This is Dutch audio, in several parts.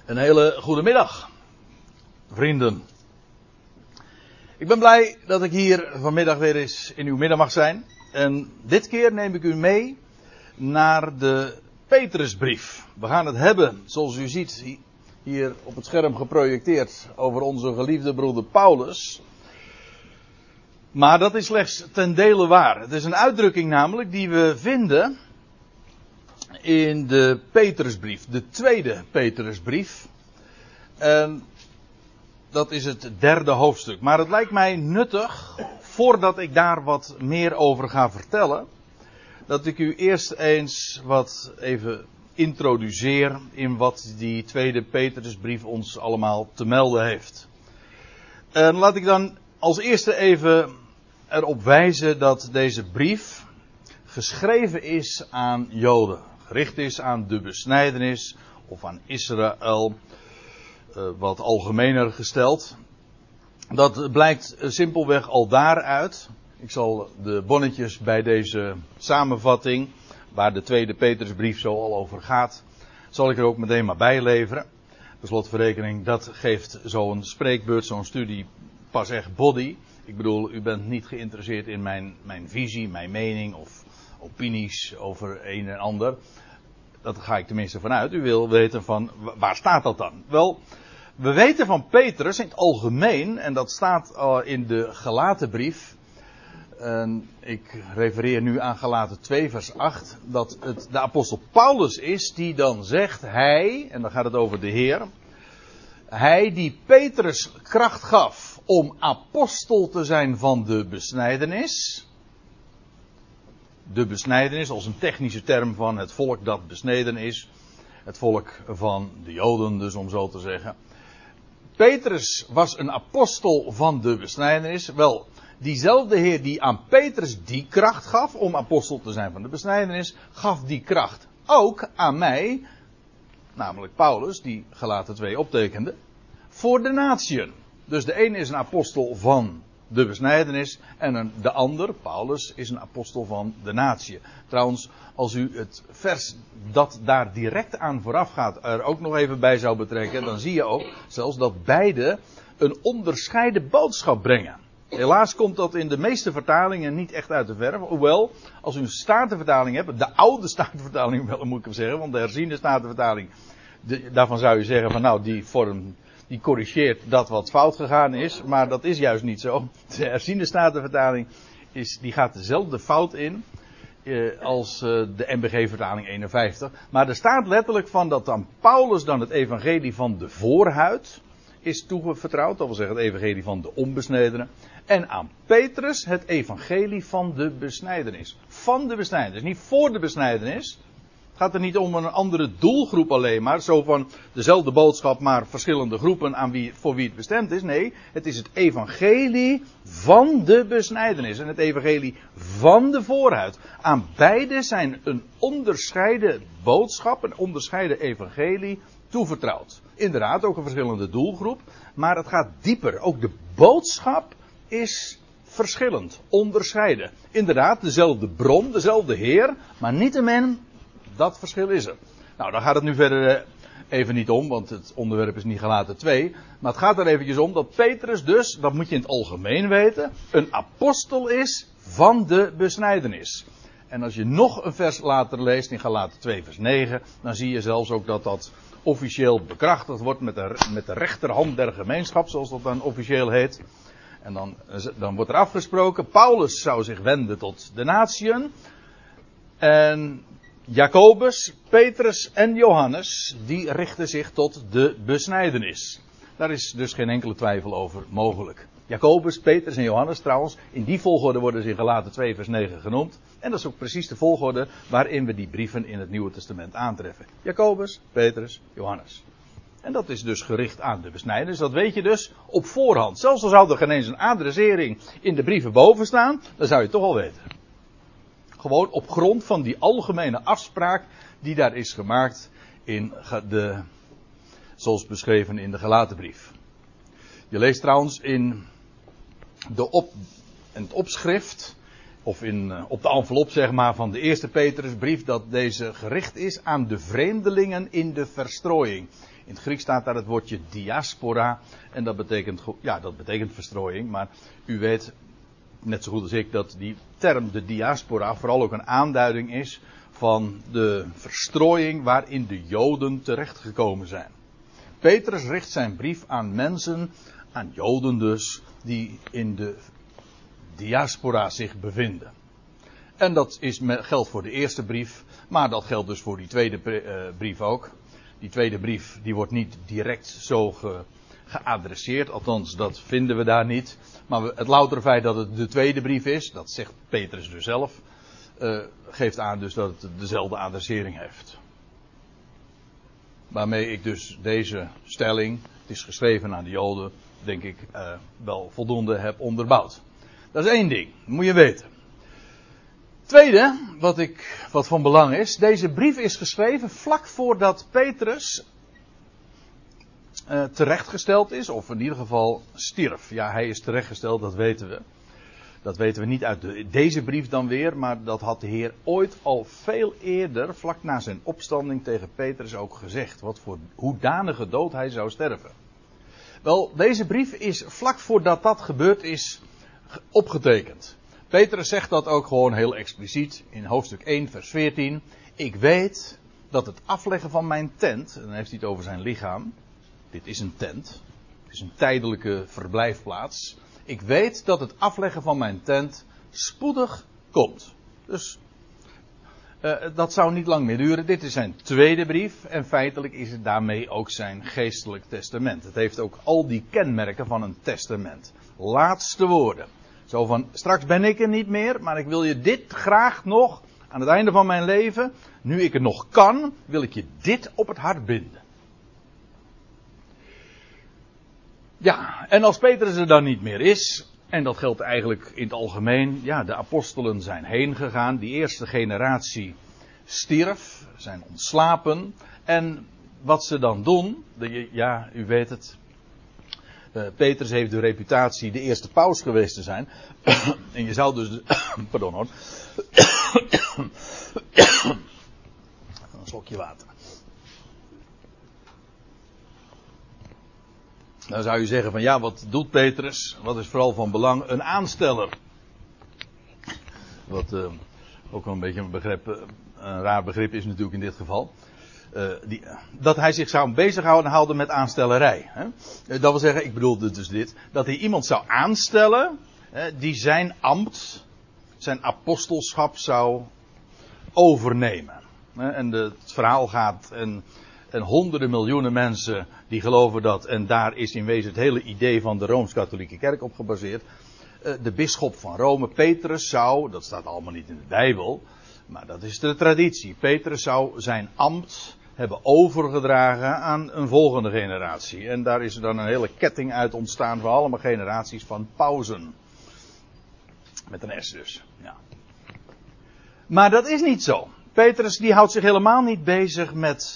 Een hele goede middag, vrienden. Ik ben blij dat ik hier vanmiddag weer eens in uw midden mag zijn. En dit keer neem ik u mee naar de Petrusbrief. We gaan het hebben, zoals u ziet, hier op het scherm geprojecteerd over onze geliefde broeder Paulus. Maar dat is slechts ten dele waar. Het is een uitdrukking namelijk die we vinden in de Petrusbrief, de tweede Petrusbrief. En dat is het derde hoofdstuk. Maar het lijkt mij nuttig, voordat ik daar wat meer over ga vertellen, dat ik u eerst eens wat even introduceer in wat die tweede Petrusbrief ons allemaal te melden heeft. En laat ik dan als eerste even erop wijzen dat deze brief geschreven is aan Joden. Gericht is aan de besnijdenis of aan Israël, wat algemener gesteld. Dat blijkt simpelweg al daaruit. Ik zal de bonnetjes bij deze samenvatting, waar de tweede Petrusbrief zo al over gaat, zal ik er ook meteen maar bij leveren. Per slotverrekening, dat geeft zo'n spreekbeurt, zo'n studie pas echt body. Ik bedoel, u bent niet geïnteresseerd in mijn visie, mijn mening of opinies over een en ander. Dat ga ik tenminste vanuit. U wil weten van, waar staat dat dan? Wel, we weten van Petrus in het algemeen, en dat staat in de Galatenbrief. Ik refereer nu aan Galaten 2 vers 8, dat het de apostel Paulus is die dan zegt, hij, en dan gaat het over de Heer, hij die Petrus kracht gaf om apostel te zijn van de besnijdenis. De besnijdenis als een technische term van het volk dat besneden is. Het volk van de Joden dus, om zo te zeggen. Petrus was een apostel van de besnijdenis. Wel, diezelfde Heer die aan Petrus die kracht gaf om apostel te zijn van de besnijdenis, gaf die kracht ook aan mij, namelijk Paulus, die Galaten 2 optekende, voor de natieën. Dus de ene is een apostel van de besnijdenis en de ander, Paulus, is een apostel van de natie. Trouwens, als u het vers dat daar direct aan vooraf gaat er ook nog even bij zou betrekken, dan zie je ook zelfs dat beide een onderscheiden boodschap brengen. Helaas komt dat in de meeste vertalingen niet echt uit de verf. Hoewel, als u een statenvertaling hebt, de oude statenvertaling wel moet ik zeggen, want de herziende statenvertaling, daarvan zou je zeggen van nou, die vorm, die corrigeert dat wat fout gegaan is, maar dat is juist niet zo. De herziende statenvertaling die gaat dezelfde fout in als de NBG-vertaling 51. Maar er staat letterlijk van dat aan Paulus dan het evangelie van de voorhuid is toevertrouwd, dat wil zeggen het evangelie van de onbesnedenen. En aan Petrus het evangelie van de besnijdenis. Van de besnijdenis, niet voor de besnijdenis. Het gaat er niet om een andere doelgroep alleen maar, zo van dezelfde boodschap maar verschillende groepen voor wie het bestemd is. Nee, het is het evangelie van de besnijdenis en het evangelie van de voorhuid. Aan beide zijn een onderscheiden boodschap, een onderscheiden evangelie toevertrouwd. Inderdaad, ook een verschillende doelgroep, maar het gaat dieper. Ook de boodschap is verschillend, onderscheiden. Inderdaad, dezelfde bron, dezelfde Heer, maar niettemin, dat verschil is er. Nou, daar gaat het nu verder even niet om, want het onderwerp is niet Galaten 2. Maar het gaat er eventjes om dat Petrus dus, dat moet je in het algemeen weten, een apostel is van de besnijdenis. En als je nog een vers later leest in Galaten 2 vers 9, dan zie je zelfs ook dat dat officieel bekrachtigd wordt met de rechterhand der gemeenschap, zoals dat dan officieel heet. En dan wordt er afgesproken, Paulus zou zich wenden tot de natieën. En Jacobus, Petrus en Johannes, die richten zich tot de besnijdenis. Daar is dus geen enkele twijfel over mogelijk. Jacobus, Petrus en Johannes trouwens, in die volgorde worden ze in Galaten 2 vers 9 genoemd. En dat is ook precies de volgorde waarin we die brieven in het Nieuwe Testament aantreffen. Jacobus, Petrus, Johannes. En dat is dus gericht aan de besnijdenis. Dat weet je dus op voorhand. Zelfs al zou er geen eens een adressering in de brieven boven staan, dan zou je het toch al weten. Gewoon op grond van die algemene afspraak die daar is gemaakt zoals beschreven in de Galatenbrief. Je leest trouwens in het opschrift op de envelop zeg maar van de eerste Petrusbrief, dat deze gericht is aan de vreemdelingen in de verstrooiing. In het Grieks staat daar het woordje diaspora en dat betekent verstrooiing, maar u weet net zo goed als ik dat die term de diaspora vooral ook een aanduiding is van de verstrooiing waarin de Joden terechtgekomen zijn. Petrus richt zijn brief aan mensen, aan Joden dus, die in de diaspora zich bevinden. En dat geldt voor de eerste brief, maar dat geldt dus voor die tweede brief ook. Die tweede brief die wordt niet direct zo geadresseerd, althans dat vinden we daar niet. Maar het loutere feit dat het de tweede brief is, dat zegt Petrus dus zelf, geeft aan dus dat het dezelfde adressering heeft. Waarmee ik dus deze stelling, het is geschreven aan de Joden, denk ik wel voldoende heb onderbouwd. Dat is één ding, dat moet je weten. Tweede, wat van belang is, deze brief is geschreven vlak voordat Petrus terechtgesteld is, of in ieder geval stierf. Ja, hij is terechtgesteld, dat weten we. Dat weten we niet uit deze brief dan weer, maar dat had de Heer ooit al veel eerder, vlak na zijn opstanding tegen Petrus ook gezegd. Wat voor hoedanige dood hij zou sterven. Wel, deze brief is vlak voordat dat gebeurd is opgetekend. Petrus zegt dat ook gewoon heel expliciet in hoofdstuk 1 vers 14. Ik weet dat het afleggen van mijn tent, en dan heeft hij het over zijn lichaam. Dit is een tent. Het is een tijdelijke verblijfplaats. Ik weet dat het afleggen van mijn tent spoedig komt. Dus dat zou niet lang meer duren. Dit is zijn tweede brief. En feitelijk is het daarmee ook zijn geestelijk testament. Het heeft ook al die kenmerken van een testament. Laatste woorden. Zo van, straks ben ik er niet meer, maar ik wil je dit graag nog, aan het einde van mijn leven, nu ik het nog kan, wil ik je dit op het hart binden. Ja, en als Petrus er dan niet meer is, en dat geldt eigenlijk in het algemeen, ja, de apostelen zijn heen gegaan, die eerste generatie stierf, zijn ontslapen, en wat ze dan doen, ja, u weet het, Petrus heeft de reputatie de eerste paus geweest te zijn, en je zou dus, pardon hoor, een slokje water. Dan zou je zeggen van ja, wat doet Petrus? Wat is vooral van belang? Een aansteller. Wat ook wel een beetje een raar begrip is natuurlijk in dit geval. Dat hij zich zou bezighouden met aanstellerij. Hè? Dat wil zeggen, ik bedoelde dus dit. Dat hij iemand zou aanstellen die zijn ambt, zijn apostelschap zou overnemen. En het verhaal gaat... En honderden miljoenen mensen die geloven dat. En daar is in wezen het hele idee van de Rooms-Katholieke Kerk op gebaseerd. De bisschop van Rome, Petrus, zou, dat staat allemaal niet in de Bijbel, maar dat is de traditie. Petrus zou zijn ambt hebben overgedragen aan een volgende generatie. En daar is er dan een hele ketting uit ontstaan van allemaal generaties van pausen. Met een S dus. Ja. Maar dat is niet zo. Petrus die houdt zich helemaal niet bezig met...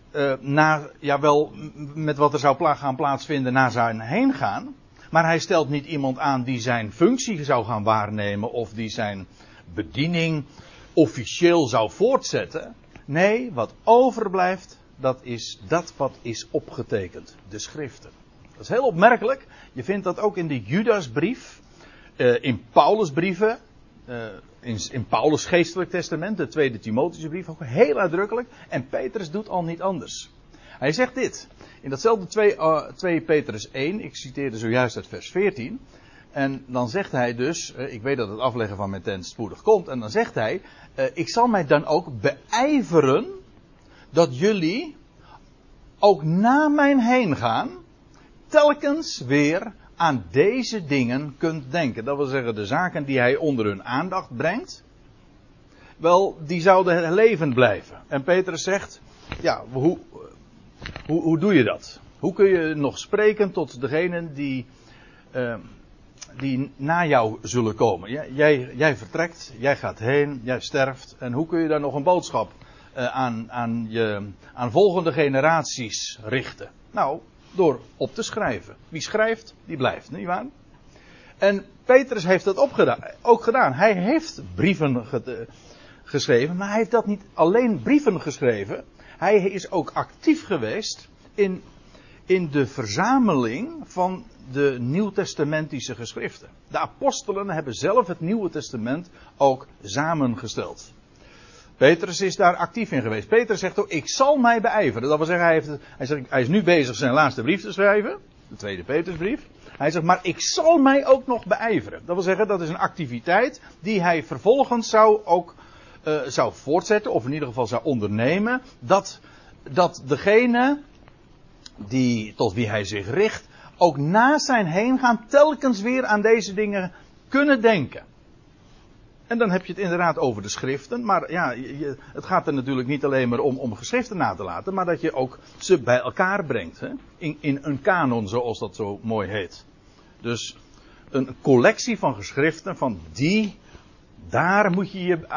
met wat er zou gaan plaatsvinden na zijn heen gaan. Maar hij stelt niet iemand aan die zijn functie zou gaan waarnemen of die zijn bediening officieel zou voortzetten. Nee, wat overblijft, dat is dat wat is opgetekend. De schriften. Dat is heel opmerkelijk. Je vindt dat ook in de Judasbrief, in Paulusbrieven, in Paulus' geestelijk testament, de tweede Timotheusche brief, ook heel uitdrukkelijk. En Petrus doet al niet anders. Hij zegt dit. In datzelfde 2 Petrus 1, ik citeerde zojuist uit vers 14. En dan zegt hij dus, ik weet dat het afleggen van mijn tent spoedig komt. En dan zegt hij, ik zal mij dan ook beijveren dat jullie ook na mijn heen gaan telkens weer aan deze dingen kunt denken. Dat wil zeggen, de zaken die hij onder hun aandacht brengt, wel, die zouden levend blijven. En Petrus zegt, ja, hoe doe je dat? Hoe kun je nog spreken tot degenen die na jou zullen komen? Jij vertrekt, jij gaat heen, jij sterft. En hoe kun je daar nog een boodschap aan volgende generaties richten? Nou, door op te schrijven. Wie schrijft, die blijft, nietwaar? En Petrus heeft dat ook gedaan. Hij heeft brieven geschreven, maar hij heeft dat niet alleen brieven geschreven. Hij is ook actief geweest in de verzameling van de Nieuwtestamentische geschriften. De apostelen hebben zelf het Nieuwe Testament ook samengesteld. Petrus is daar actief in geweest. Petrus zegt ook, ik zal mij beijveren. Dat wil zeggen, hij is nu bezig zijn laatste brief te schrijven. De tweede Petrusbrief. Hij zegt, maar ik zal mij ook nog beijveren. Dat wil zeggen, dat is een activiteit die hij vervolgens zou voortzetten. Of in ieder geval zou ondernemen. Dat degene tot wie hij zich richt, ook na zijn heen gaan telkens weer aan deze dingen kunnen denken. En dan heb je het inderdaad over de schriften. Maar ja, het gaat er natuurlijk niet alleen maar om geschriften na te laten. Maar dat je ook ze bij elkaar brengt. Hè? In een kanon, zoals dat zo mooi heet. Dus een collectie van geschriften daar moet je je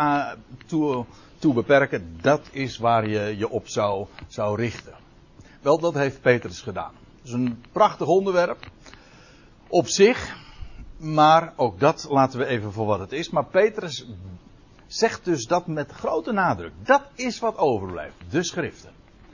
toe beperken. Dat is waar je je op zou richten. Wel, dat heeft Petrus gedaan. Het is een prachtig onderwerp. Op zich. Maar ook dat laten we even voor wat het is. Maar Petrus zegt dus dat met grote nadruk. Dat is wat overblijft. De schriften.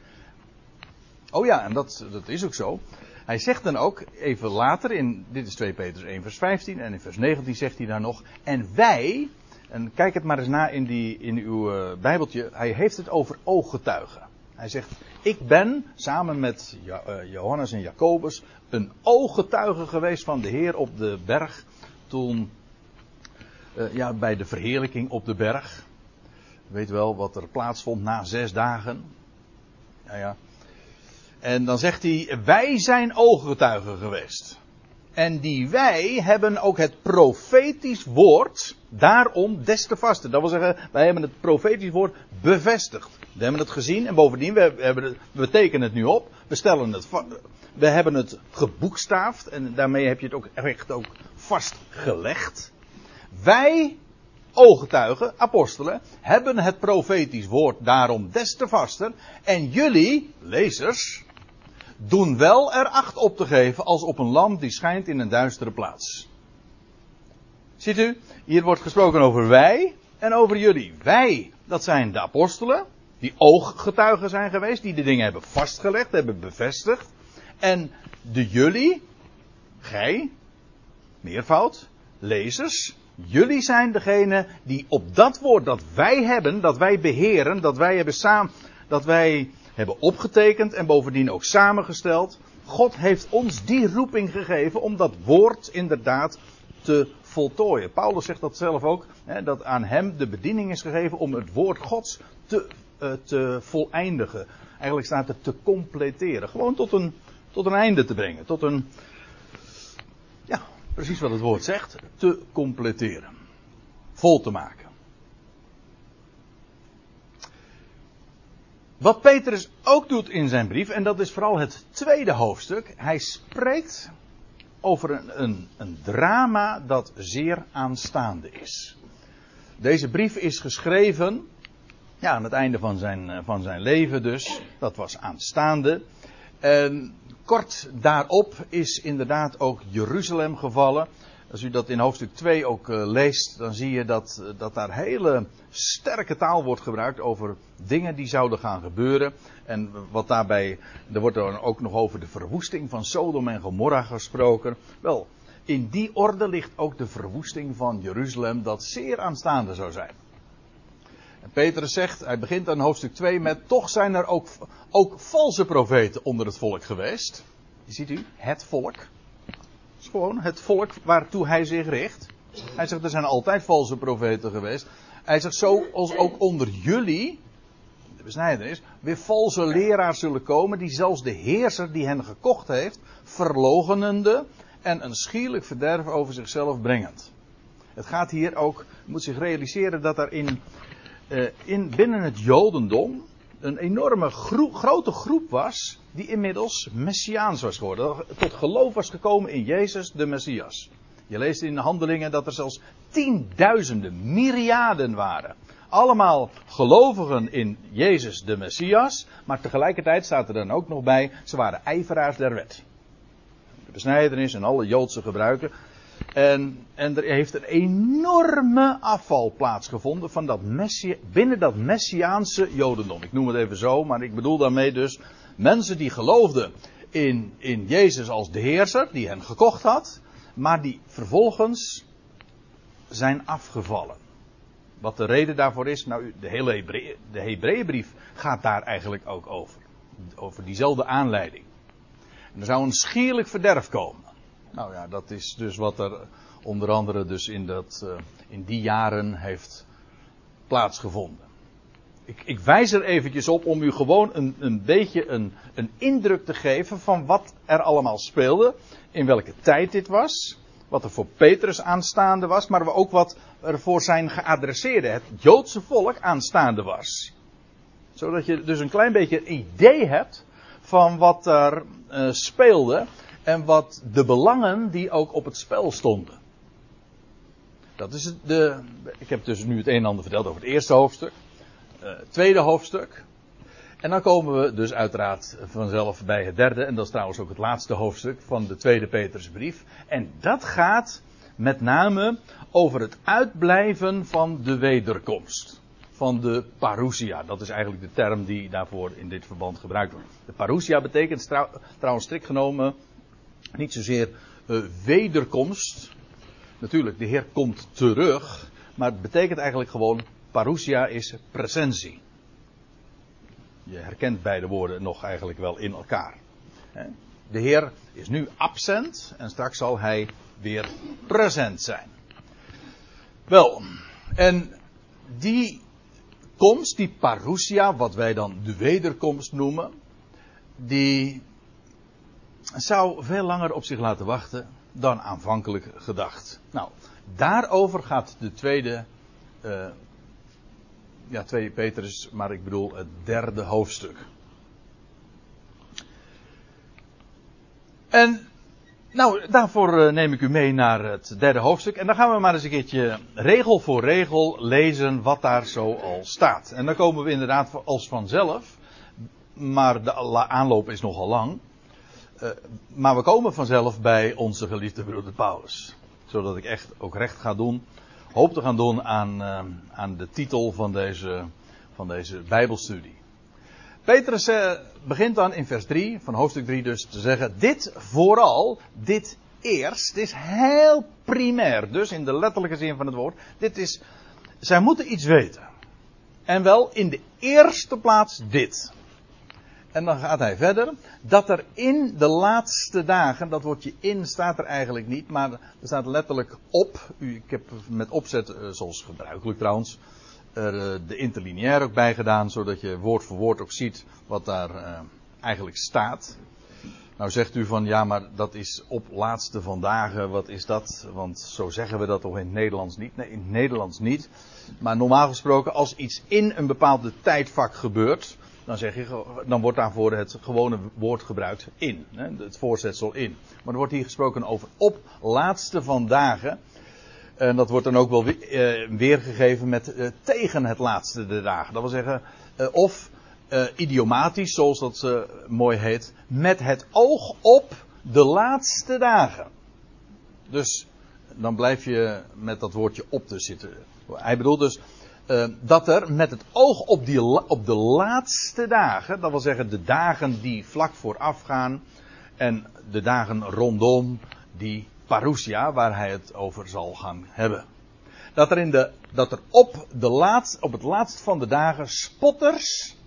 Oh ja, en dat is ook zo. Hij zegt dan ook even later, dit is 2 Petrus 1 vers 15 en in vers 19 zegt hij daar nog. En wij, en kijk het maar eens na in uw Bijbeltje, hij heeft het over ooggetuigen. Hij zegt, ik ben samen met Johannes en Jacobus een ooggetuige geweest van de Heer op de berg. Toen, bij de verheerlijking op de berg. Weet wel wat er plaatsvond na 6 dagen. Ja. En dan zegt hij, wij zijn ooggetuigen geweest. En die wij hebben ook het profetisch woord daarom des te vasten. Dat wil zeggen, wij hebben het profetisch woord bevestigd. We hebben het gezien en bovendien, we tekenen het nu op. We hebben het geboekstaafd en daarmee heb je het ook echt ook vastgelegd. Wij, ooggetuigen, apostelen, hebben het profetisch woord daarom des te vaster. En jullie, lezers, doen wel er acht op te geven als op een lamp die schijnt in een duistere plaats. Ziet u, hier wordt gesproken over wij en over jullie. Wij, dat zijn de apostelen, die ooggetuigen zijn geweest, die de dingen hebben vastgelegd, hebben bevestigd. En de jullie, gij, meervoud, lezers, jullie zijn degene die op dat woord dat wij hebben, dat wij beheren, dat wij hebben opgetekend en bovendien ook samengesteld. God heeft ons die roeping gegeven om dat woord inderdaad te voltooien. Paulus zegt dat zelf ook, dat aan hem de bediening is gegeven om het woord Gods te voleindigen. Eigenlijk staat het te completeren. Gewoon tot een einde te brengen. Precies wat het woord zegt. Te completeren. Vol te maken. Wat Petrus ook doet in zijn brief, en dat is vooral het tweede hoofdstuk. Hij spreekt over een drama dat zeer aanstaande is. Deze brief is geschreven aan het einde van zijn leven dus. Dat was aanstaande. En kort daarop is inderdaad ook Jeruzalem gevallen. Als u dat in hoofdstuk 2 ook leest, dan zie je dat daar hele sterke taal wordt gebruikt over dingen die zouden gaan gebeuren. En wat daarbij, er wordt dan ook nog over de verwoesting van Sodom en Gomorra gesproken. Wel, in die orde ligt ook de verwoesting van Jeruzalem, dat zeer aanstaande zou zijn. En Petrus zegt, hij begint aan hoofdstuk 2 met, toch zijn er ook valse profeten onder het volk geweest. Ziet u, het volk. Het is gewoon het volk waartoe hij zich richt. Hij zegt, er zijn altijd valse profeten geweest. Hij zegt, zoals ook onder jullie, de besnijdenis, weer valse leraars zullen komen, die zelfs de heerser die hen gekocht heeft, verloochenende en een schielijk verderf over zichzelf brengend. Het gaat hier ook, je moet zich realiseren dat er binnen het Jodendom een enorme grote groep was die inmiddels Messiaans was geworden. Tot geloof was gekomen in Jezus de Messias. Je leest in de Handelingen dat er zelfs 10.000, myriaden waren. Allemaal gelovigen in Jezus de Messias. Maar tegelijkertijd staat er dan ook nog bij, ze waren ijveraars der wet. De besnijdenis en alle Joodse gebruiken. En er heeft een enorme afval plaatsgevonden van binnen dat Messiaanse Jodendom. Ik noem het even zo, maar ik bedoel daarmee dus mensen die geloofden in Jezus als de heerser, die hen gekocht had, maar die vervolgens zijn afgevallen. Wat de reden daarvoor is, nou, de Hebreeënbrief gaat daar eigenlijk ook over. Over diezelfde aanleiding. En er zou een schierlijk verderf komen. Nou ja, dat is dus wat er onder andere dus in die jaren heeft plaatsgevonden. Ik wijs er eventjes op om u gewoon een beetje een indruk te geven van wat er allemaal speelde. In welke tijd dit was. Wat er voor Petrus aanstaande was. Maar ook wat er voor zijn geadresseerde, het Joodse volk, aanstaande was. Zodat je dus een klein beetje een idee hebt van wat er speelde. En wat de belangen die ook op het spel stonden. Dat is ik heb dus nu het een en ander verteld over het eerste hoofdstuk. Het tweede hoofdstuk. En dan komen we dus uiteraard vanzelf bij het derde. En dat is trouwens ook het laatste hoofdstuk van de tweede Petrusbrief. En dat gaat met name over het uitblijven van de wederkomst. Van de parousia. Dat is eigenlijk de term die daarvoor in dit verband gebruikt wordt. De parousia betekent trouwens strikt genomen niet zozeer wederkomst. Natuurlijk, de Heer komt terug. Maar het betekent eigenlijk gewoon, parousia is presentie. Je herkent beide woorden nog eigenlijk wel in elkaar. De Heer is nu absent en straks zal Hij weer present zijn. Wel, en die komst, die parousia, wat wij dan de wederkomst noemen, die zou veel langer op zich laten wachten dan aanvankelijk gedacht. Nou, daarover gaat de tweede Petrus, maar ik bedoel het derde hoofdstuk. En nou, daarvoor neem ik u mee naar het derde hoofdstuk. En dan gaan we maar eens een keertje regel voor regel lezen wat daar zo al staat. En dan komen we inderdaad als vanzelf, maar de aanloop is nogal lang. Maar we komen vanzelf bij onze geliefde broeder Paulus. Zodat ik echt ook recht ga doen. Hoop te gaan doen aan de titel van deze Bijbelstudie. Petrus begint dan in vers 3 van hoofdstuk 3 dus te zeggen. Dit vooral, dit eerst, dit is heel primair. Dus in de letterlijke zin van het woord. Zij moeten iets weten. En wel in de eerste plaats dit. En dan gaat hij verder. Dat er in de laatste dagen, dat woordje in staat er eigenlijk niet, maar er staat letterlijk op. Ik heb met opzet, zoals gebruikelijk trouwens, de interlineair ook bij gedaan, zodat je woord voor woord ook ziet wat daar eigenlijk staat. Nou zegt u van ja, maar dat is op laatste vandaag, wat is dat? Want zo zeggen we dat toch in het Nederlands niet? Nee, in het Nederlands niet. Maar normaal gesproken, als iets in een bepaalde tijdvak gebeurt, dan wordt daarvoor het gewone woord gebruikt in. Het voorzetsel in. Maar er wordt hier gesproken over op laatste vandaag. En dat wordt dan ook wel weergegeven met tegen het laatste der dagen. Dat wil zeggen, of idiomatisch, zoals dat mooi heet, met het oog op de laatste dagen. Dus dan blijf je met dat woordje op te zitten. Hij bedoelt dus dat er met het oog op de laatste dagen, dat wil zeggen de dagen die vlak vooraf gaan en de dagen rondom die parousia, waar hij het over zal gaan hebben. Dat er op het laatst van de dagen spotters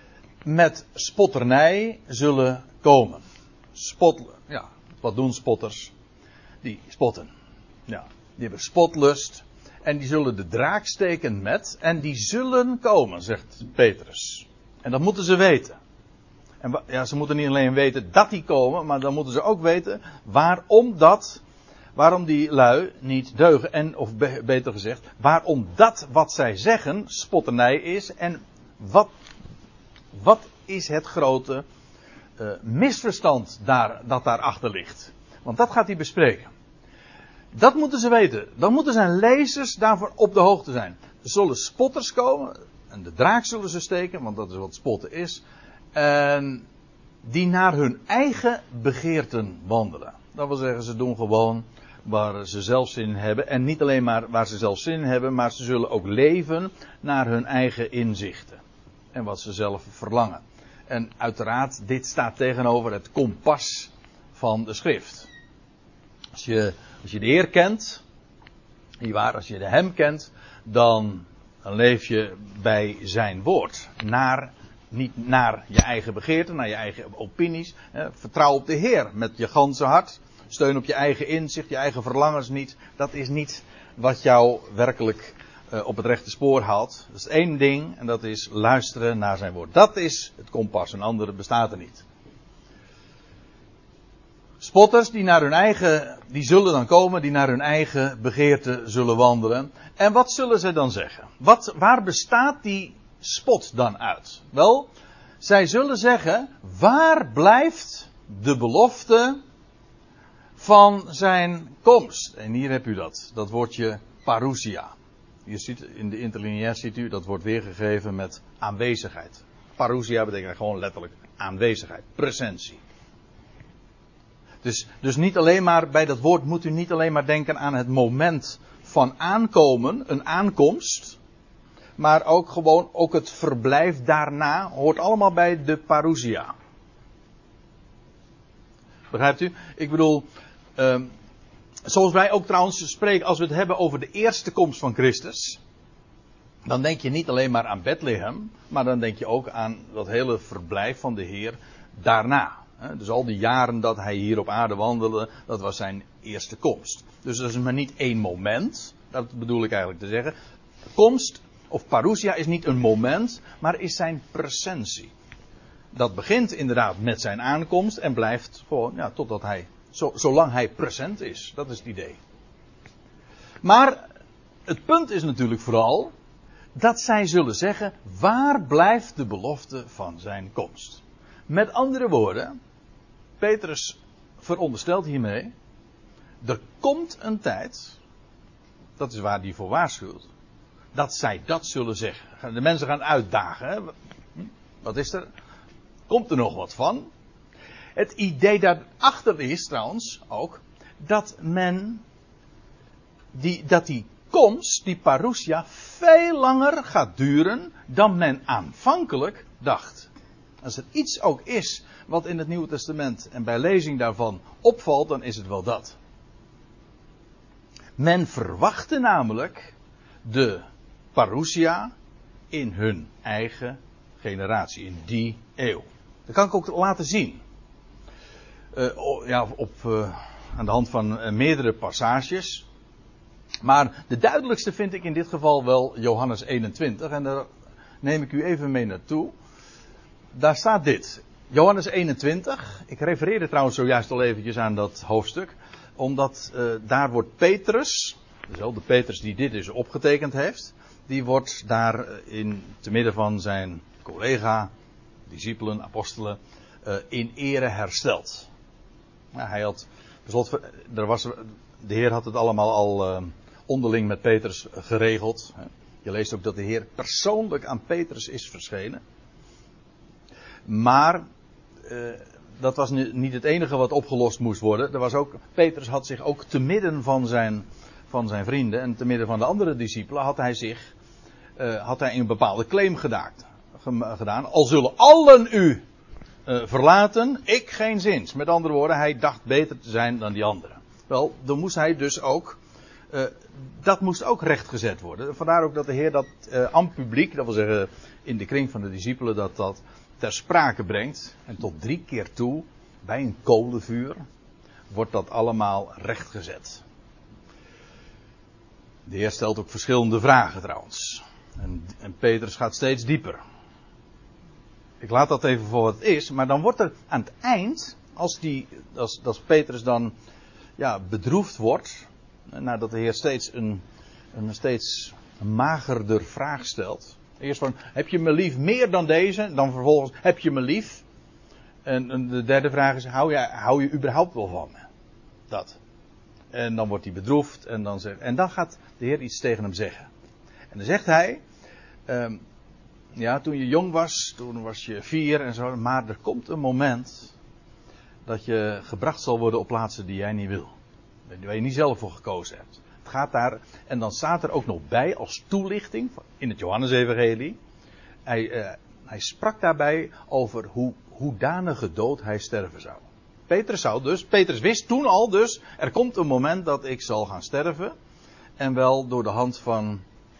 met spotternij zullen komen. Wat doen spotters? Die spotten. Ja, die hebben spotlust. En die zullen de draak steken met. En die zullen komen, zegt Petrus. En dat moeten ze weten. En ze moeten niet alleen weten dat die komen. Maar dan moeten ze ook weten waarom die lui niet deugen. Of beter gezegd, waarom dat wat zij zeggen spotternij is. En wat is het grote misverstand dat daarachter ligt. Want dat gaat hij bespreken. Dat moeten ze weten. Dan moeten zijn lezers daarvoor op de hoogte zijn. Er zullen spotters komen. En de draak zullen ze steken. Want dat is wat spotten is. En die naar hun eigen begeerten wandelen. Dat wil zeggen, ze doen gewoon waar ze zelf zin in hebben. En niet alleen maar waar ze zelf zin in hebben, maar ze zullen ook leven naar hun eigen inzichten. En wat ze zelf verlangen. En uiteraard, dit staat tegenover het kompas van de schrift. Als je de Heer kent, nietwaar, als je de Hem kent, dan leef je bij zijn woord. Niet naar je eigen begeerten, naar je eigen opinies. Vertrouw op de Heer met je ganse hart. Steun op je eigen inzicht, je eigen verlangens niet. Dat is niet wat jou werkelijk op het rechte spoor haalt. Dat is één ding en dat is luisteren naar zijn woord. Dat is het kompas, een andere bestaat er niet. Spotters die zullen dan komen, die naar hun eigen begeerte zullen wandelen. En wat zullen ze dan zeggen? Waar bestaat die spot dan uit? Wel, zij zullen zeggen, waar blijft de belofte van zijn komst? En hier heb u dat woordje parousia. Je ziet, in de interlineair ziet u, dat wordt weergegeven met aanwezigheid. Parousia betekent gewoon letterlijk aanwezigheid, presentie. Dus niet alleen maar, bij dat woord moet u niet alleen maar denken aan het moment van aankomen, een aankomst. Maar ook het verblijf daarna hoort allemaal bij de parousia. Begrijpt u? Ik bedoel, zoals wij ook trouwens spreken als we het hebben over de eerste komst van Christus. Dan denk je niet alleen maar aan Bethlehem, maar dan denk je ook aan dat hele verblijf van de Heer daarna. Dus al die jaren dat hij hier op aarde wandelde, dat was zijn eerste komst. Dus dat is maar niet één moment, dat bedoel ik eigenlijk te zeggen. Komst of parousia is niet een moment, maar is zijn presentie. Dat begint inderdaad met zijn aankomst en blijft gewoon, totdat hij, zolang hij present is. Dat is het idee. Maar het punt is natuurlijk vooral dat zij zullen zeggen, waar blijft de belofte van zijn komst? Met andere woorden, Petrus veronderstelt hiermee, er komt een tijd, dat is waar hij voor waarschuwt, dat zij dat zullen zeggen. De mensen gaan uitdagen. Hè? Wat is er? Komt er nog wat van? Het idee daarachter is trouwens ook dat die komst, die parousia, veel langer gaat duren dan men aanvankelijk dacht. Als er iets ook is wat in het Nieuwe Testament en bij lezing daarvan opvalt, dan is het wel dat. Men verwachtte namelijk de parousia in hun eigen generatie, in die eeuw. Dat kan ik ook laten zien. Aan de hand van meerdere passages. Maar de duidelijkste vind ik in dit geval wel Johannes 21. En daar neem ik u even mee naartoe. Daar staat dit. Johannes 21. Ik refereerde trouwens zojuist al eventjes aan dat hoofdstuk. Omdat daar wordt Petrus, dezelfde Petrus die dit dus opgetekend heeft. Die wordt daar te midden van zijn collega, discipelen, apostelen, in ere hersteld. Hij had, de Heer had het allemaal al onderling met Petrus geregeld. Je leest ook dat de Heer persoonlijk aan Petrus is verschenen. Maar dat was niet het enige wat opgelost moest worden. Petrus had zich ook te midden van zijn vrienden en te midden van de andere discipelen had hij een bepaalde claim gedaan. Al zullen allen u verlaten, ik geen zins. Met andere woorden, hij dacht beter te zijn dan die anderen. Wel, dan moest hij dus ook, dat moest ook rechtgezet worden. Vandaar ook dat de Heer dat aan publiek, dat wil zeggen in de kring van de discipelen, dat ter sprake brengt. En tot 3 keer toe, bij een kolenvuur, wordt dat allemaal rechtgezet. De Heer stelt ook verschillende vragen trouwens. En Petrus gaat steeds dieper. Ik laat dat even voor wat het is. Maar dan wordt er aan het eind, als Petrus dan bedroefd wordt, nadat de Heer steeds een magerder vraag stelt. Eerst van, heb je me lief meer dan deze? Dan vervolgens, heb je me lief? En de derde vraag is, hou je überhaupt wel van me? Dat. En dan wordt hij bedroefd en dan gaat de Heer iets tegen hem zeggen. En dan zegt hij, toen je jong was, toen was je 4 en zo, maar er komt een moment dat je gebracht zal worden op plaatsen die jij niet wil. Waar je niet zelf voor gekozen hebt. Het gaat daar, en dan staat er ook nog bij als toelichting in het Johannesevangelie. Hij sprak daarbij over hoedanige dood hij sterven zou. Petrus wist toen al dus, er komt een moment dat ik zal gaan sterven. En wel door de hand van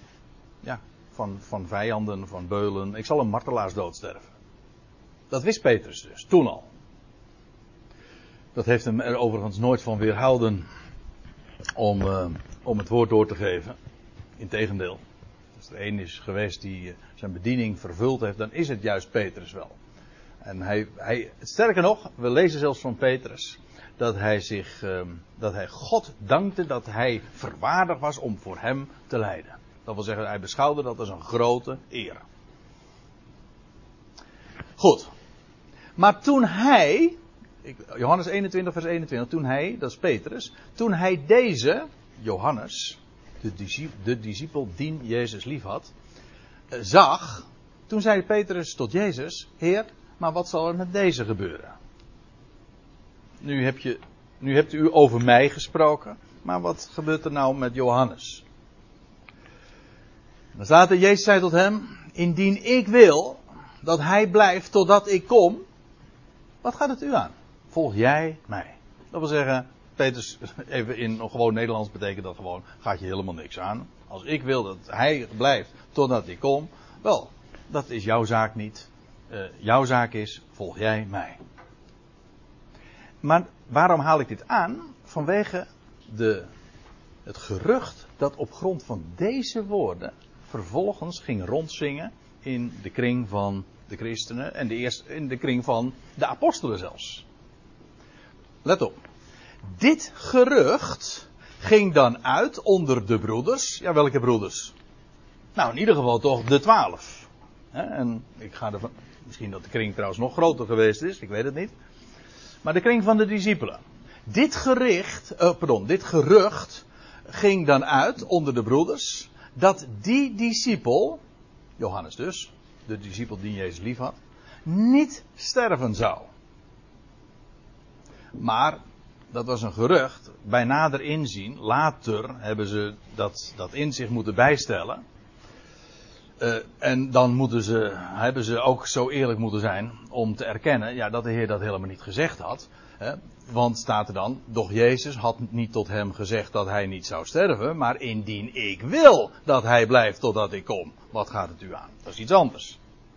vijanden, van beulen. Ik zal een martelaarsdood sterven. Dat wist Petrus dus, toen al. Dat heeft hem er overigens nooit van weerhouden om het woord door te geven. Integendeel. Als er één is geweest die zijn bediening vervuld heeft, dan is het juist Petrus wel. En sterker nog, we lezen zelfs van Petrus dat hij God dankte dat hij verwaardigd was om voor hem te lijden. Dat wil zeggen, hij beschouwde dat als een grote eer. Goed. Maar toen hij, Johannes 21 vers 21, toen hij, dat is Petrus, toen hij deze, Johannes, de discipel die Jezus lief had, zag, toen zei Petrus tot Jezus, Heer, maar wat zal er met deze gebeuren? Nu hebt u over mij gesproken, maar wat gebeurt er nou met Johannes? Dan staat er, Jezus zei tot hem, indien ik wil dat hij blijft totdat ik kom, wat gaat het u aan? Volg jij mij. Dat wil zeggen, Petrus, even in gewoon Nederlands betekent dat gewoon, gaat je helemaal niks aan. Als ik wil dat hij blijft totdat ik kom, wel, dat is jouw zaak niet. Jouw zaak is, volg jij mij. Maar waarom haal ik dit aan? Vanwege het gerucht dat op grond van deze woorden vervolgens ging rondzingen in de kring van de christenen en in de kring van de apostelen zelfs. Let op. Dit gerucht ging dan uit onder de broeders. Ja, welke broeders? Nou, in ieder geval toch de 12. En ik ga ervan, misschien dat de kring trouwens nog groter geweest is, ik weet het niet. Maar de kring van de discipelen. Dit gerucht ging dan uit onder de broeders, dat die discipel, Johannes dus, de discipel die Jezus lief had, niet sterven zou. Maar, dat was een gerucht, bij nader inzien, later hebben ze dat inzicht moeten bijstellen. En dan hebben ze ook zo eerlijk moeten zijn om te erkennen dat de Heer dat helemaal niet gezegd had. Want staat er dan, doch Jezus had niet tot hem gezegd dat hij niet zou sterven, maar indien ik wil dat hij blijft totdat ik kom, wat gaat het u aan? Dat is iets anders.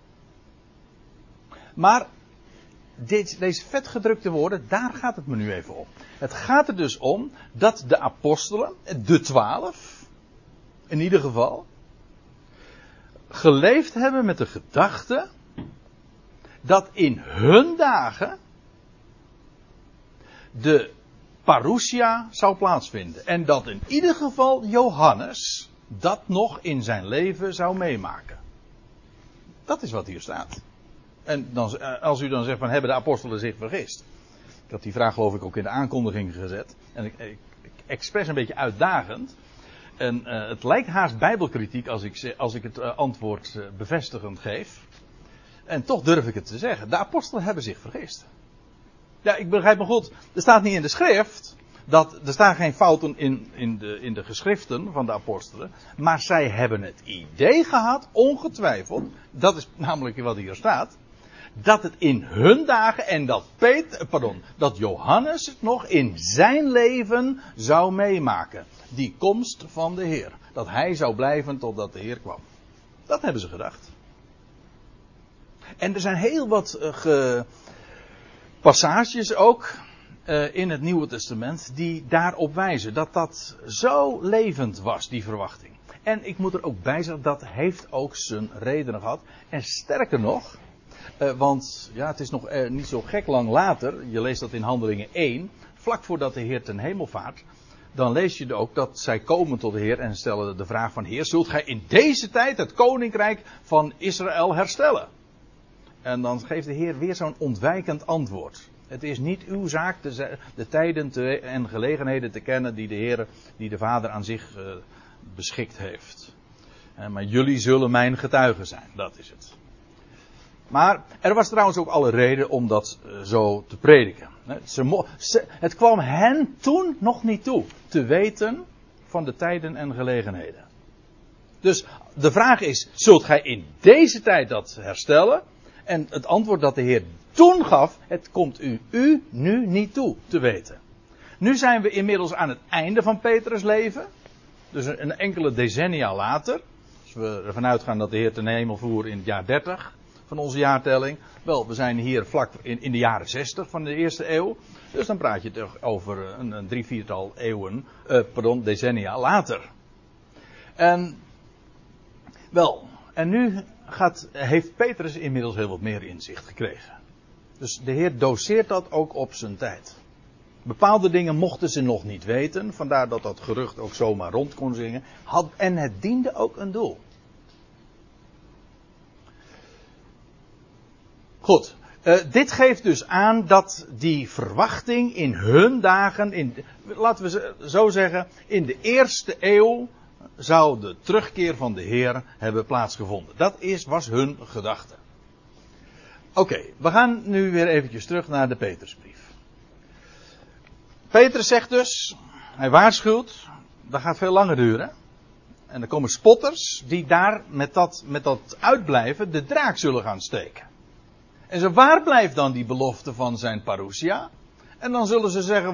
Maar deze vetgedrukte woorden, daar gaat het me nu even om. Het gaat er dus om dat de apostelen, de 12, in ieder geval, geleefd hebben met de gedachte dat in hun dagen de parousia zou plaatsvinden. En dat in ieder geval Johannes dat nog in zijn leven zou meemaken. Dat is wat hier staat. En dan, als u dan zegt van hebben de apostelen zich vergist. Ik had die vraag geloof ik ook in de aankondiging gezet. En ik expres een beetje uitdagend. En het lijkt haast bijbelkritiek als ik het antwoord bevestigend geef. En toch durf ik het te zeggen. De apostelen hebben zich vergist. Ja, ik begrijp me goed. Er staat niet in de schrift. Er staan geen fouten in de geschriften van de apostelen. Maar zij hebben het idee gehad, ongetwijfeld. Dat is namelijk wat hier staat. Dat het in hun dagen en dat Johannes het nog in zijn leven zou meemaken. Die komst van de Heer. Dat hij zou blijven totdat de Heer kwam. Dat hebben ze gedacht. En er zijn heel wat passages ook in het Nieuwe Testament die daarop wijzen. Dat zo levend was, die verwachting. En ik moet er ook bij zeggen, dat heeft ook zijn redenen gehad. En sterker nog, want ja, het is nog niet zo gek lang later, je leest dat in Handelingen 1, vlak voordat de Heer ten hemel vaart, dan lees je ook dat zij komen tot de Heer en stellen de vraag van Heer, zult gij in deze tijd het koninkrijk van Israël herstellen? En dan geeft de Heer weer zo'n ontwijkend antwoord. Het is niet uw zaak de tijden en gelegenheden te kennen die de Vader aan zich beschikt heeft. Maar jullie zullen mijn getuigen zijn, dat is het. Maar er was trouwens ook alle reden om dat zo te prediken. Het kwam hen toen nog niet toe te weten van de tijden en gelegenheden. Dus de vraag is, zult gij in deze tijd dat herstellen? En het antwoord dat de Heer toen gaf, het komt u nu niet toe te weten. Nu zijn we inmiddels aan het einde van Petrus' leven. Dus een enkele decennia later. Als we ervan uitgaan dat de Heer ten hemel voer in het jaar 30 van onze jaartelling. Wel, we zijn hier vlak in de jaren 60 van de eerste eeuw. Dus dan praat je toch over een 3-4-tal decennia later. En nu heeft Petrus inmiddels heel wat meer inzicht gekregen. Dus de Heer doseert dat ook op zijn tijd. Bepaalde dingen mochten ze nog niet weten. Vandaar dat dat gerucht ook zomaar rond kon zingen. En het diende ook een doel. Goed. Dit geeft dus aan dat die verwachting in hun dagen, laten we zo zeggen, in de eerste eeuw zou de terugkeer van de Heer hebben plaatsgevonden. Dat was hun gedachte. Oké, we gaan nu weer eventjes terug naar de Petrusbrief. Petrus zegt dus, hij waarschuwt, dat gaat veel langer duren. En er komen spotters die daar met dat uitblijven de draak zullen gaan steken. En zo waar blijft dan die belofte van zijn parousia? En dan zullen ze zeggen,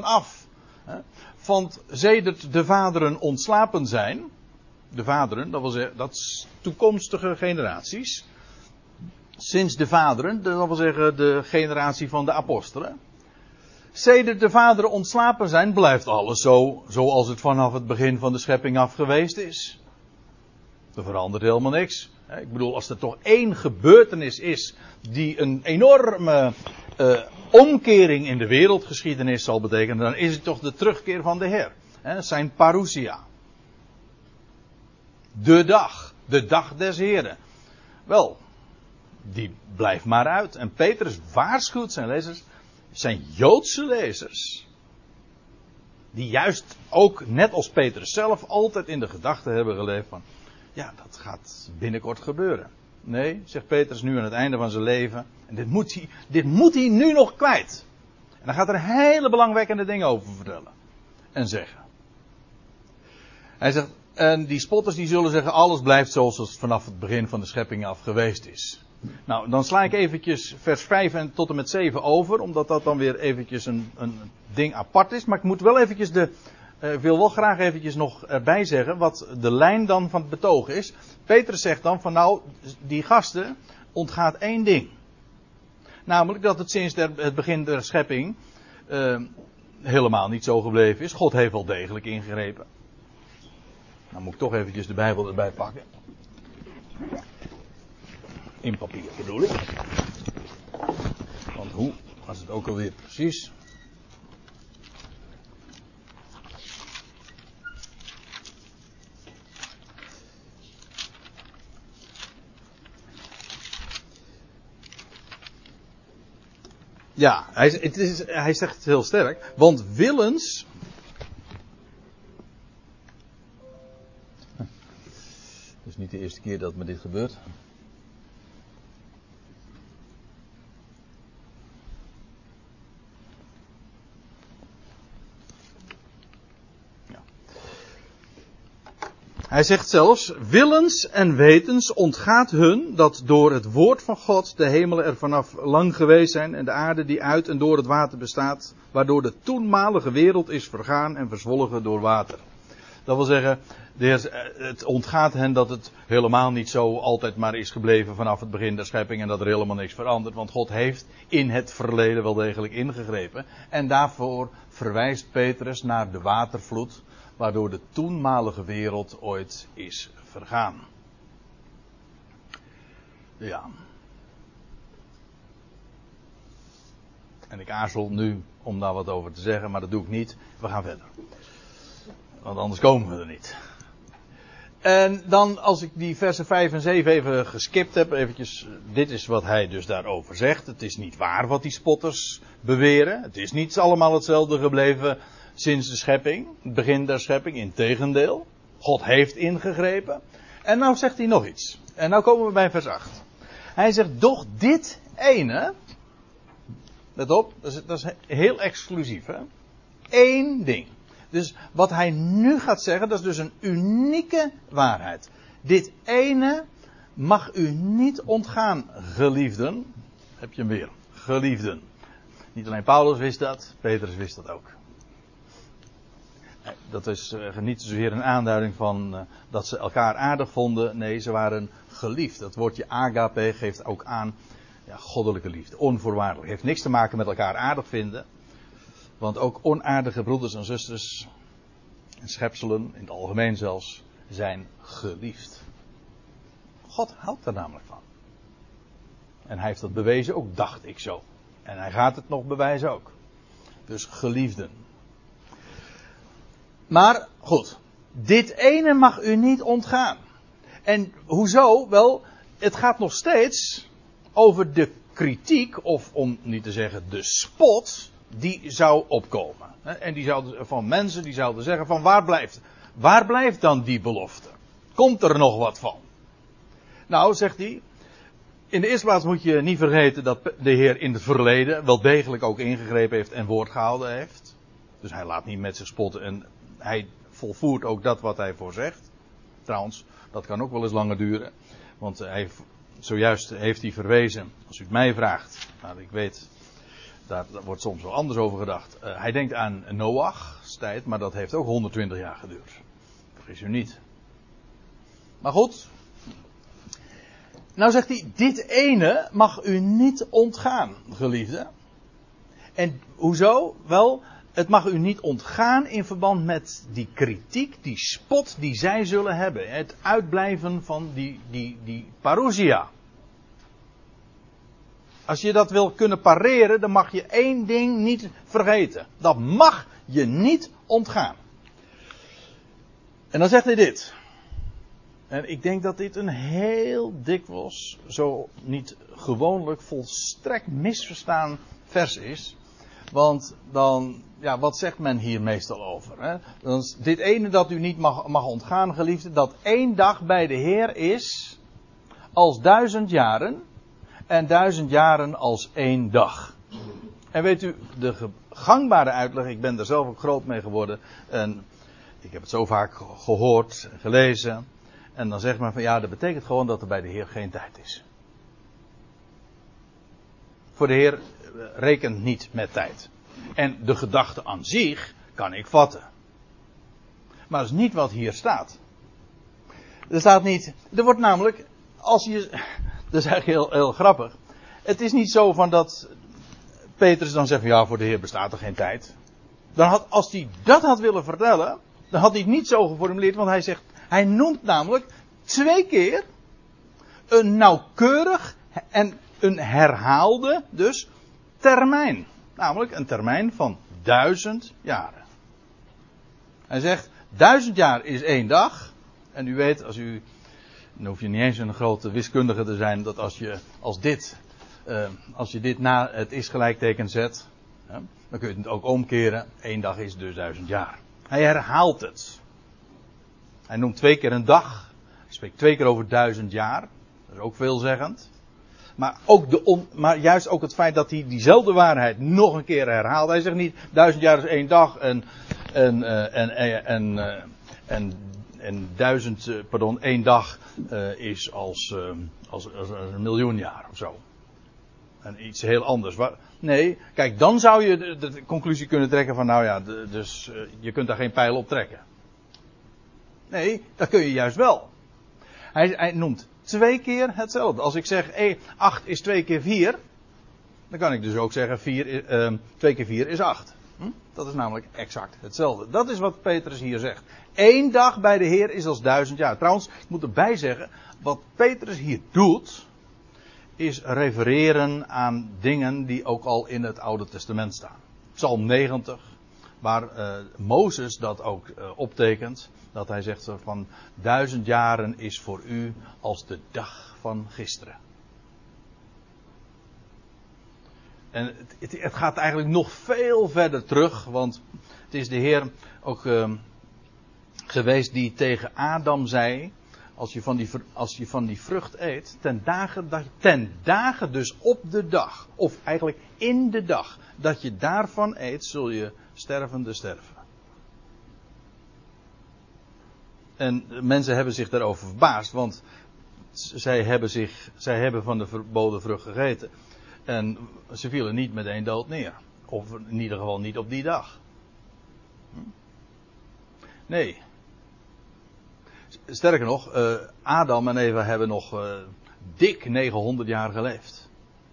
want sedert de vaderen ontslapen zijn, de vaderen, dat wil zeggen, dat is toekomstige generaties. Sinds de vaderen, dat wil zeggen de generatie van de apostelen. Sedert de vaderen ontslapen zijn, blijft alles zoals het vanaf het begin van de schepping af geweest is. Er verandert helemaal niks. Ik bedoel, als er toch één gebeurtenis is die een enorme omkering in de wereldgeschiedenis zal betekenen, dan is het toch de terugkeer van de Heer. Zijn parousia. De dag des Heren. Wel, die blijft maar uit. En Petrus waarschuwt zijn lezers, zijn Joodse lezers, die juist ook, net als Petrus zelf, altijd in de gedachte hebben geleefd van, ja, dat gaat binnenkort gebeuren. Nee, zegt Petrus nu aan het einde van zijn leven, en dit moet hij nu nog kwijt. En dan gaat er hele belangwekkende dingen over vertellen. En zeggen. Hij zegt, en die spotters die zullen zeggen, alles blijft zoals het vanaf het begin van de schepping af geweest is. Nou, dan sla ik eventjes vers 5 en tot en met 7 over, omdat dat dan weer eventjes een ding apart is. Maar ik moet wel eventjes ik wil wel graag eventjes nog erbij zeggen wat de lijn dan van het betoog is. Petrus zegt dan van die gasten ontgaat één ding. Namelijk dat het sinds het begin der schepping helemaal niet zo gebleven is. God heeft wel degelijk ingegrepen. Dan moet ik toch eventjes de Bijbel erbij pakken. In papier bedoel ik. Want hoe was het ook alweer precies? Ja, hij zegt het heel sterk. Want willens. Het is niet de eerste keer dat me dit gebeurt. Hij zegt zelfs, willens en wetens ontgaat hun dat door het woord van God de hemelen er vanaf lang geweest zijn en de aarde die uit en door het water bestaat, waardoor de toenmalige wereld is vergaan en verzwolgen door water. Dat wil zeggen, het ontgaat hen dat het helemaal niet zo altijd maar is gebleven vanaf het begin der schepping en dat er helemaal niks verandert, want God heeft in het verleden wel degelijk ingegrepen. En daarvoor verwijst Petrus naar de watervloed, waardoor de toenmalige wereld ooit is vergaan. Ja. En ik aarzel nu om daar wat over te zeggen, maar dat doe ik niet. We gaan verder. Want anders komen we er niet. En dan, als ik die versen 5 en 7 even geskipt heb, eventjes, dit is wat hij dus daarover zegt. Het is niet waar wat die spotters beweren. Het is niet allemaal hetzelfde gebleven sinds de schepping, het begin der schepping, integendeel. God heeft ingegrepen. En nou zegt hij nog iets. En nou komen we bij vers 8. Hij zegt, doch dit ene. Let op, dat is heel exclusief. Hè? Eén ding. Dus wat hij nu gaat zeggen, dat is dus een unieke waarheid. Dit ene mag u niet ontgaan, geliefden. Heb je hem weer, geliefden. Niet alleen Paulus wist dat, Petrus wist dat ook. Dat is niet zozeer een aanduiding van dat ze elkaar aardig vonden. Nee, ze waren geliefd. Dat woordje agape geeft ook aan goddelijke liefde. Onvoorwaardelijk. Heeft niks te maken met elkaar aardig vinden. Want ook onaardige broeders en zusters en schepselen, in het algemeen zelfs, zijn geliefd. God houdt daar namelijk van. En hij heeft dat bewezen ook, dacht ik zo. En hij gaat het nog bewijzen ook. Dus geliefden. Maar goed, dit ene mag u niet ontgaan. En hoezo? Wel, het gaat nog steeds over de kritiek, of om niet te zeggen de spot, die zou opkomen. En die zouden, van mensen die zouden zeggen van waar blijft dan die belofte? Komt er nog wat van? Nou, zegt hij, in de eerste plaats moet je niet vergeten dat de Heer in het verleden wel degelijk ook ingegrepen heeft en woord gehouden heeft. Dus hij laat niet met zich spotten en hij volvoert ook dat wat hij voorzegt. Trouwens, dat kan ook wel eens langer duren. Want zojuist heeft hij verwezen, als u het mij vraagt, nou ik weet, daar wordt soms wel anders over gedacht. Hij denkt aan Noach's tijd, maar dat heeft ook 120 jaar geduurd. Vergis u niet. Maar goed. Nou zegt hij, dit ene mag u niet ontgaan, geliefde. En hoezo? Wel, het mag u niet ontgaan in verband met die kritiek, die spot die zij zullen hebben. Het uitblijven van die parousia. Als je dat wil kunnen pareren, dan mag je één ding niet vergeten. Dat mag je niet ontgaan. En dan zegt hij dit. En ik denk dat dit een heel dikwijls, zo niet gewoonlijk, volstrekt misverstaan vers is. Want dan, wat zegt men hier meestal over? Hè? Dan is dit ene dat u niet mag ontgaan, geliefde, dat 1 dag bij de Heer is als 1000 jaren en 1000 jaren als 1 dag. En weet u, de gangbare uitleg, ik ben er zelf ook groot mee geworden en ik heb het zo vaak gehoord en gelezen. En dan zegt men van dat betekent gewoon dat er bij de Heer geen tijd is. Voor de Heer rekent niet met tijd. En de gedachte aan zich kan ik vatten. Maar dat is niet wat hier staat. Er staat niet, er wordt namelijk, dat is eigenlijk heel grappig. Het is niet zo van dat Petrus dan zegt van voor de Heer bestaat er geen tijd. Als hij dat had willen vertellen, dan had hij het niet zo geformuleerd, want hij noemt namelijk 2 keer een nauwkeurig en een herhaalde dus termijn. Namelijk een termijn van 1000 jaren. Hij zegt 1000 jaar is 1 dag. En u weet, dan hoef je niet eens een grote wiskundige te zijn, dat als je dit na het is gelijkteken zet, dan kun je het ook omkeren. 1 dag is dus 1000 jaar. Hij herhaalt het. Hij noemt 2 keer een dag. Hij spreekt 2 keer over 1000 jaar. Dat is ook veelzeggend. Maar juist ook het feit dat hij diezelfde waarheid nog een keer herhaalt. Hij zegt niet 1000 jaar is 1 dag en 1 dag is als 1 miljoen jaar of zo. En iets heel anders. Nee, kijk, dan zou je de conclusie kunnen trekken van dus je kunt daar geen pijl op trekken. Nee, dat kun je juist wel. Hij noemt 2 keer hetzelfde. Als ik zeg 8 is 2 keer 4, dan kan ik dus ook zeggen 2 keer 4 is 8. Dat is namelijk exact hetzelfde. Dat is wat Petrus hier zegt. 1 dag bij de Heer is als 1000 jaar. Trouwens, ik moet erbij zeggen, wat Petrus hier doet, is refereren aan dingen die ook al in het Oude Testament staan. Psalm 90, waar Mozes dat ook optekent. Dat hij zegt van 1000 jaren is voor u als de dag van gisteren. En het gaat eigenlijk nog veel verder terug. Want het is de Heer ook geweest die tegen Adam zei. als je van die vrucht eet, ten dagen dus op de dag, of eigenlijk in de dag, dat je daarvan eet, zul je stervende sterven. En mensen hebben zich daarover verbaasd, want zij hebben van de verboden vrucht gegeten. En ze vielen niet meteen dood neer. Of in ieder geval niet op die dag. Nee. Sterker nog, Adam en Eva hebben nog dik 900 jaar geleefd.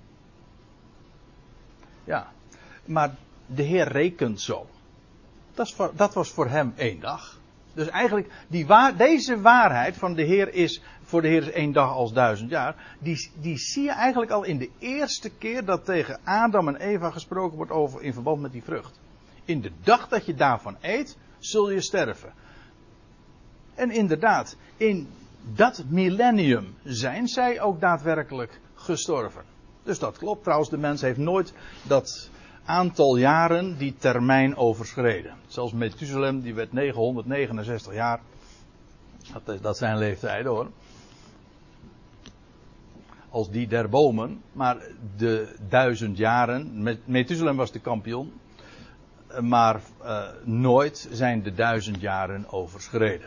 Ja, maar de Heer rekent zo. Dat was voor hem 1 dag. Dus eigenlijk, deze waarheid van de Heer is, voor de Heer is 1 dag als 1000 jaar. Die zie je eigenlijk al in de eerste keer dat tegen Adam en Eva gesproken wordt over in verband met die vrucht. In de dag dat je daarvan eet, zul je sterven. En inderdaad, in dat millennium zijn zij ook daadwerkelijk gestorven. Dus dat klopt. Trouwens, de mens heeft nooit dat aantal jaren die termijn overschreden. Zelfs Methuselem, die werd 969 jaar. Dat zijn leeftijden hoor. Als die der bomen. Maar de 1000 jaren. Methuselem was de kampioen. Maar nooit zijn de 1000 jaren overschreden.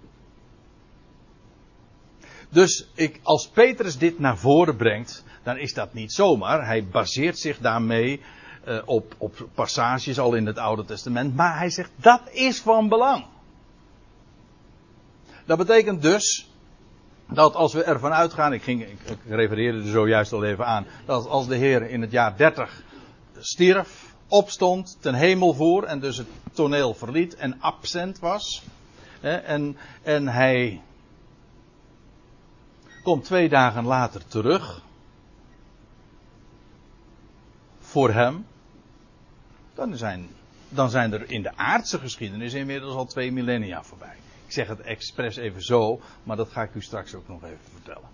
Dus als Petrus dit naar voren brengt, dan is dat niet zomaar. Hij baseert zich daarmee op passages al in het Oude Testament. Maar hij zegt, dat is van belang. Dat betekent dus, dat als we ervan uitgaan, ik refereerde er zojuist al even aan, dat als de Heer in het jaar 30 stierf, opstond, ten hemel voer en dus het toneel verliet en absent was. En hij komt 2 dagen later terug. Voor hem. Dan zijn er in de aardse geschiedenis inmiddels al 2 millennia voorbij. Ik zeg het expres even zo, maar dat ga ik u straks ook nog even vertellen.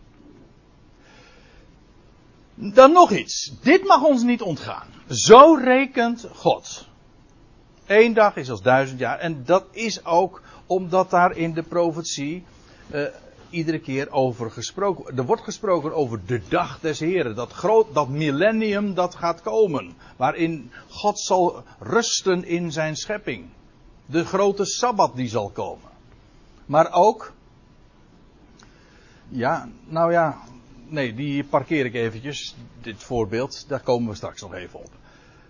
Dan nog iets. Dit mag ons niet ontgaan. Zo rekent God. 1 dag is als 1000 jaar. En dat is ook omdat daar in de profetie iedere keer over gesproken wordt. Er wordt gesproken over de dag des Heren. Dat millennium dat gaat komen. Waarin God zal rusten in zijn schepping. De grote Sabbat die zal komen. Maar ook. Nee, die parkeer ik eventjes. Dit voorbeeld, daar komen we straks nog even op.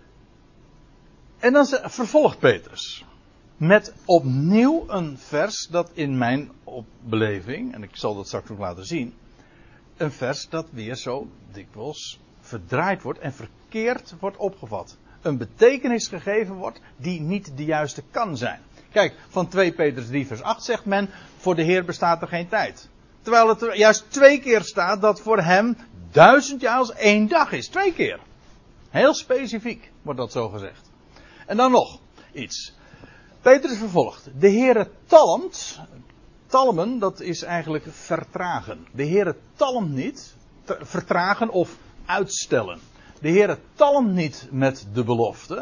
En dan vervolgt Petrus. Met opnieuw een vers dat in mijn beleving, en ik zal dat straks nog laten zien. Een vers dat weer zo dikwijls verdraaid wordt en verkeerd wordt opgevat. Een betekenis gegeven wordt die niet de juiste kan zijn. Kijk, van 2 Petrus 3 vers 8 zegt men, voor de Heer bestaat er geen tijd. Terwijl het er juist 2 keer staat dat voor hem 1000 jaar als 1 dag is. 2 keer. Heel specifiek wordt dat zo gezegd. En dan nog iets. Petrus vervolgt. De Heere talmt. Talmen, dat is eigenlijk vertragen. De Heere talmt niet. Vertragen of uitstellen. De Heere talmt niet met de belofte.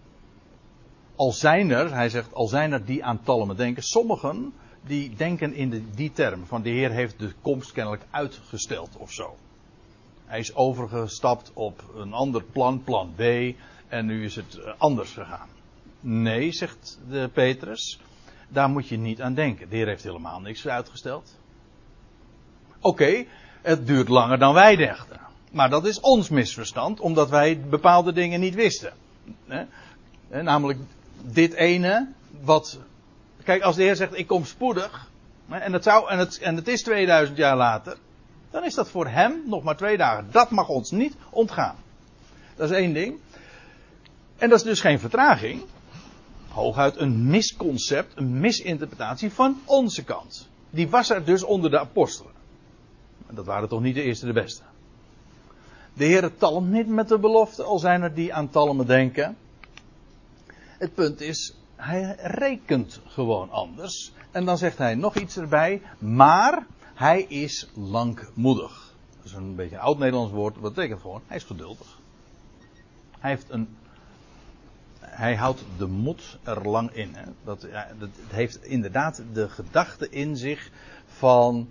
Hij zegt, al zijn er die aan talmen denken. Sommigen die denken in die term. Van de Heer heeft de komst kennelijk uitgesteld of zo. Hij is overgestapt op een ander plan, plan B. En nu is het anders gegaan. Nee, zegt de Petrus. Daar moet je niet aan denken. De Heer heeft helemaal niks uitgesteld. Oké, het duurt langer dan wij dachten. Maar dat is ons misverstand. Omdat wij bepaalde dingen niet wisten. Namelijk dit ene. Kijk, als de Heer zegt ik kom spoedig. En het is 2000 jaar later. Dan is dat voor hem nog maar 2 dagen. Dat mag ons niet ontgaan. Dat is 1 ding. En dat is dus geen vertraging. Hooguit een misconcept, een misinterpretatie van onze kant. Die was er dus onder de apostelen. En dat waren toch niet de eerste de beste. De Heer talmt niet met de belofte, al zijn er die aan talmen denken. Het punt is, hij rekent gewoon anders. En dan zegt hij nog iets erbij, maar hij is langmoedig. Dat is een beetje een oud-Nederlands woord, wat betekent gewoon, hij is geduldig. Hij hij houdt de moed er lang in. Hè. Dat heeft inderdaad de gedachte in zich van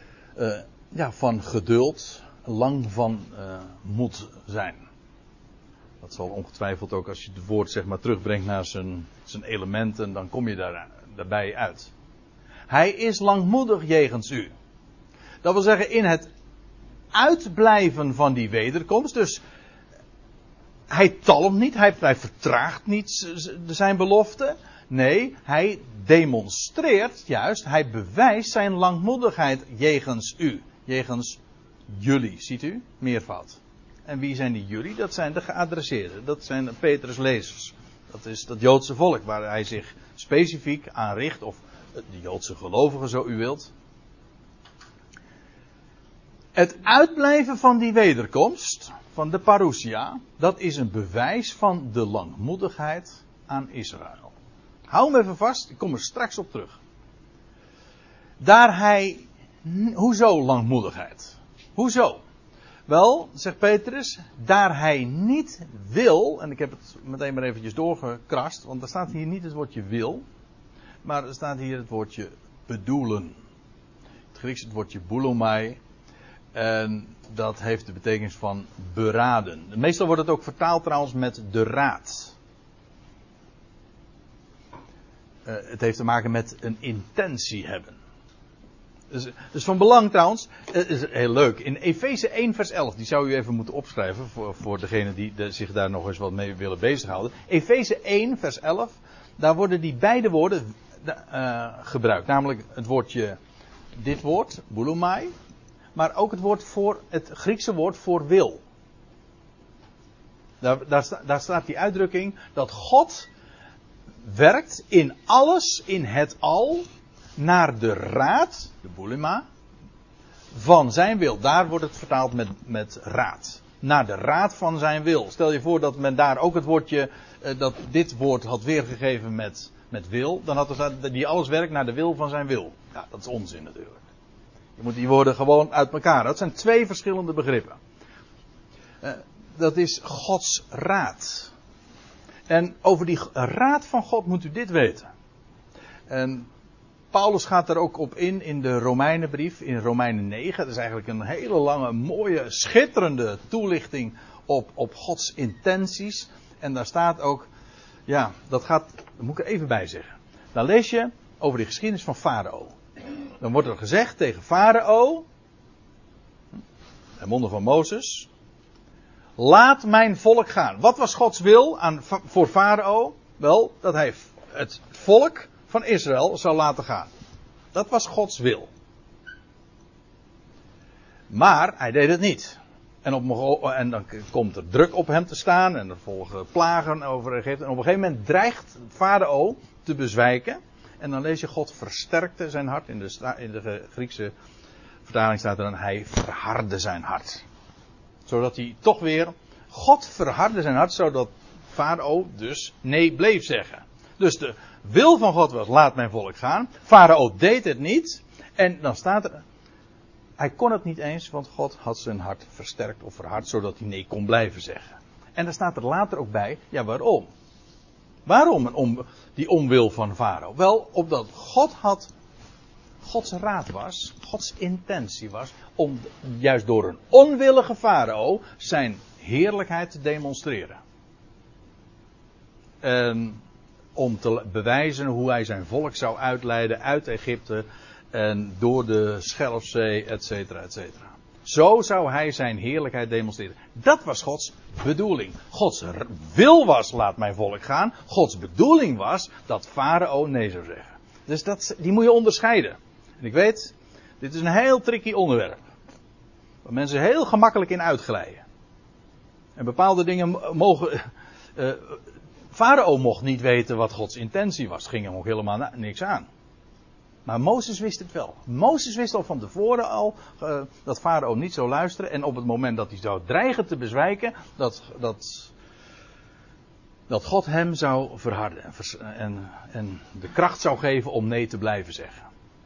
geduld, lang van moed zijn. Dat zal ongetwijfeld ook als je het woord zeg maar terugbrengt naar zijn elementen, dan kom je daarbij uit. Hij is langmoedig jegens u. Dat wil zeggen in het uitblijven van die wederkomst. Dus hij talmt niet, hij vertraagt niet zijn belofte. Nee, hij demonstreert juist, hij bewijst zijn langmoedigheid jegens u. Jegens jullie, ziet u? Meervoud. En wie zijn die jullie? Dat zijn de geadresseerden. Dat zijn Petrus' lezers. Dat is dat Joodse volk waar hij zich specifiek aan richt. Of de Joodse gelovigen, zo u wilt. Het uitblijven van die wederkomst, van de parousia, dat is een bewijs van de langmoedigheid aan Israël. Hou hem even vast, ik kom er straks op terug. Hoezo langmoedigheid? Hoezo? Wel, zegt Petrus, daar hij niet wil, en ik heb het meteen maar eventjes doorgekrast, want er staat hier niet het woordje wil, maar er staat hier het woordje bedoelen. Het Grieks het woordje boulomai, en dat heeft de betekenis van beraden. Meestal wordt het ook vertaald trouwens met de raad. Het heeft te maken met een intentie hebben. Dus van belang trouwens, is heel leuk. In Efeze 1 vers 11, die zou u even moeten opschrijven voor degenen die zich daar nog eens wat mee willen bezighouden. Efeze 1 vers 11, daar worden die beide woorden gebruikt. Namelijk het woordje, dit woord, boulomai, maar ook het Griekse woord voor wil. Daar staat die uitdrukking dat God werkt in alles, in het al, naar de raad, de boulima, van zijn wil. Daar wordt het vertaald met raad. Naar de raad van zijn wil. Stel je voor dat men daar ook het woordje, dat dit woord had weergegeven met wil. Dan had er staat die alles werkt naar de wil van zijn wil. Ja, dat is onzin natuurlijk. Je moet die woorden gewoon uit elkaar. Dat zijn twee verschillende begrippen. Dat is Gods raad. En over die raad van God moet u dit weten. En Paulus gaat daar ook op in de Romeinenbrief, in Romeinen 9. Dat is eigenlijk een hele lange, mooie, schitterende toelichting op Gods intenties. En daar staat ook, ja, dat moet ik er even bij zeggen. Dan lees je over de geschiedenis van Farao. Dan wordt er gezegd tegen Farao, de monden van Mozes, laat mijn volk gaan. Wat was Gods wil voor Farao? Wel, dat hij het volk van Israël zou laten gaan. Dat was Gods wil. Maar hij deed het niet. En dan komt er druk op hem te staan en er volgen plagen over Egypte. En op een gegeven moment dreigt Farao te bezwijken. En dan lees je God versterkte zijn hart. In de Griekse vertaling staat er dan hij verhardde zijn hart. Zodat hij toch weer, God verhardde zijn hart zodat Farao dus nee bleef zeggen. Dus de wil van God was, laat mijn volk gaan. Farao deed het niet. En dan staat er, hij kon het niet eens, want God had zijn hart versterkt of verhard, zodat hij nee kon blijven zeggen. En dan staat er later ook bij, ja waarom? Waarom die onwil van Farao? Wel, opdat Gods raad was, Gods intentie was, om juist door een onwillige Farao zijn heerlijkheid te demonstreren. En om te bewijzen hoe hij zijn volk zou uitleiden uit Egypte en door de Schelfzee, et cetera, et cetera. Zo zou hij zijn heerlijkheid demonstreren. Dat was Gods bedoeling. Gods wil was, laat mijn volk gaan. Gods bedoeling was dat Farao nee zou zeggen. Dus die moet je onderscheiden. En ik weet, dit is een heel tricky onderwerp. Waar mensen heel gemakkelijk in uitglijden. En bepaalde dingen mogen... Farao mocht niet weten wat Gods intentie was. Het ging hem ook helemaal niks aan. Maar Mozes wist het wel. Mozes wist al van tevoren dat Farao niet zou luisteren. En op het moment dat hij zou dreigen te bezwijken, dat God hem zou verharden. En de kracht zou geven om nee te blijven zeggen.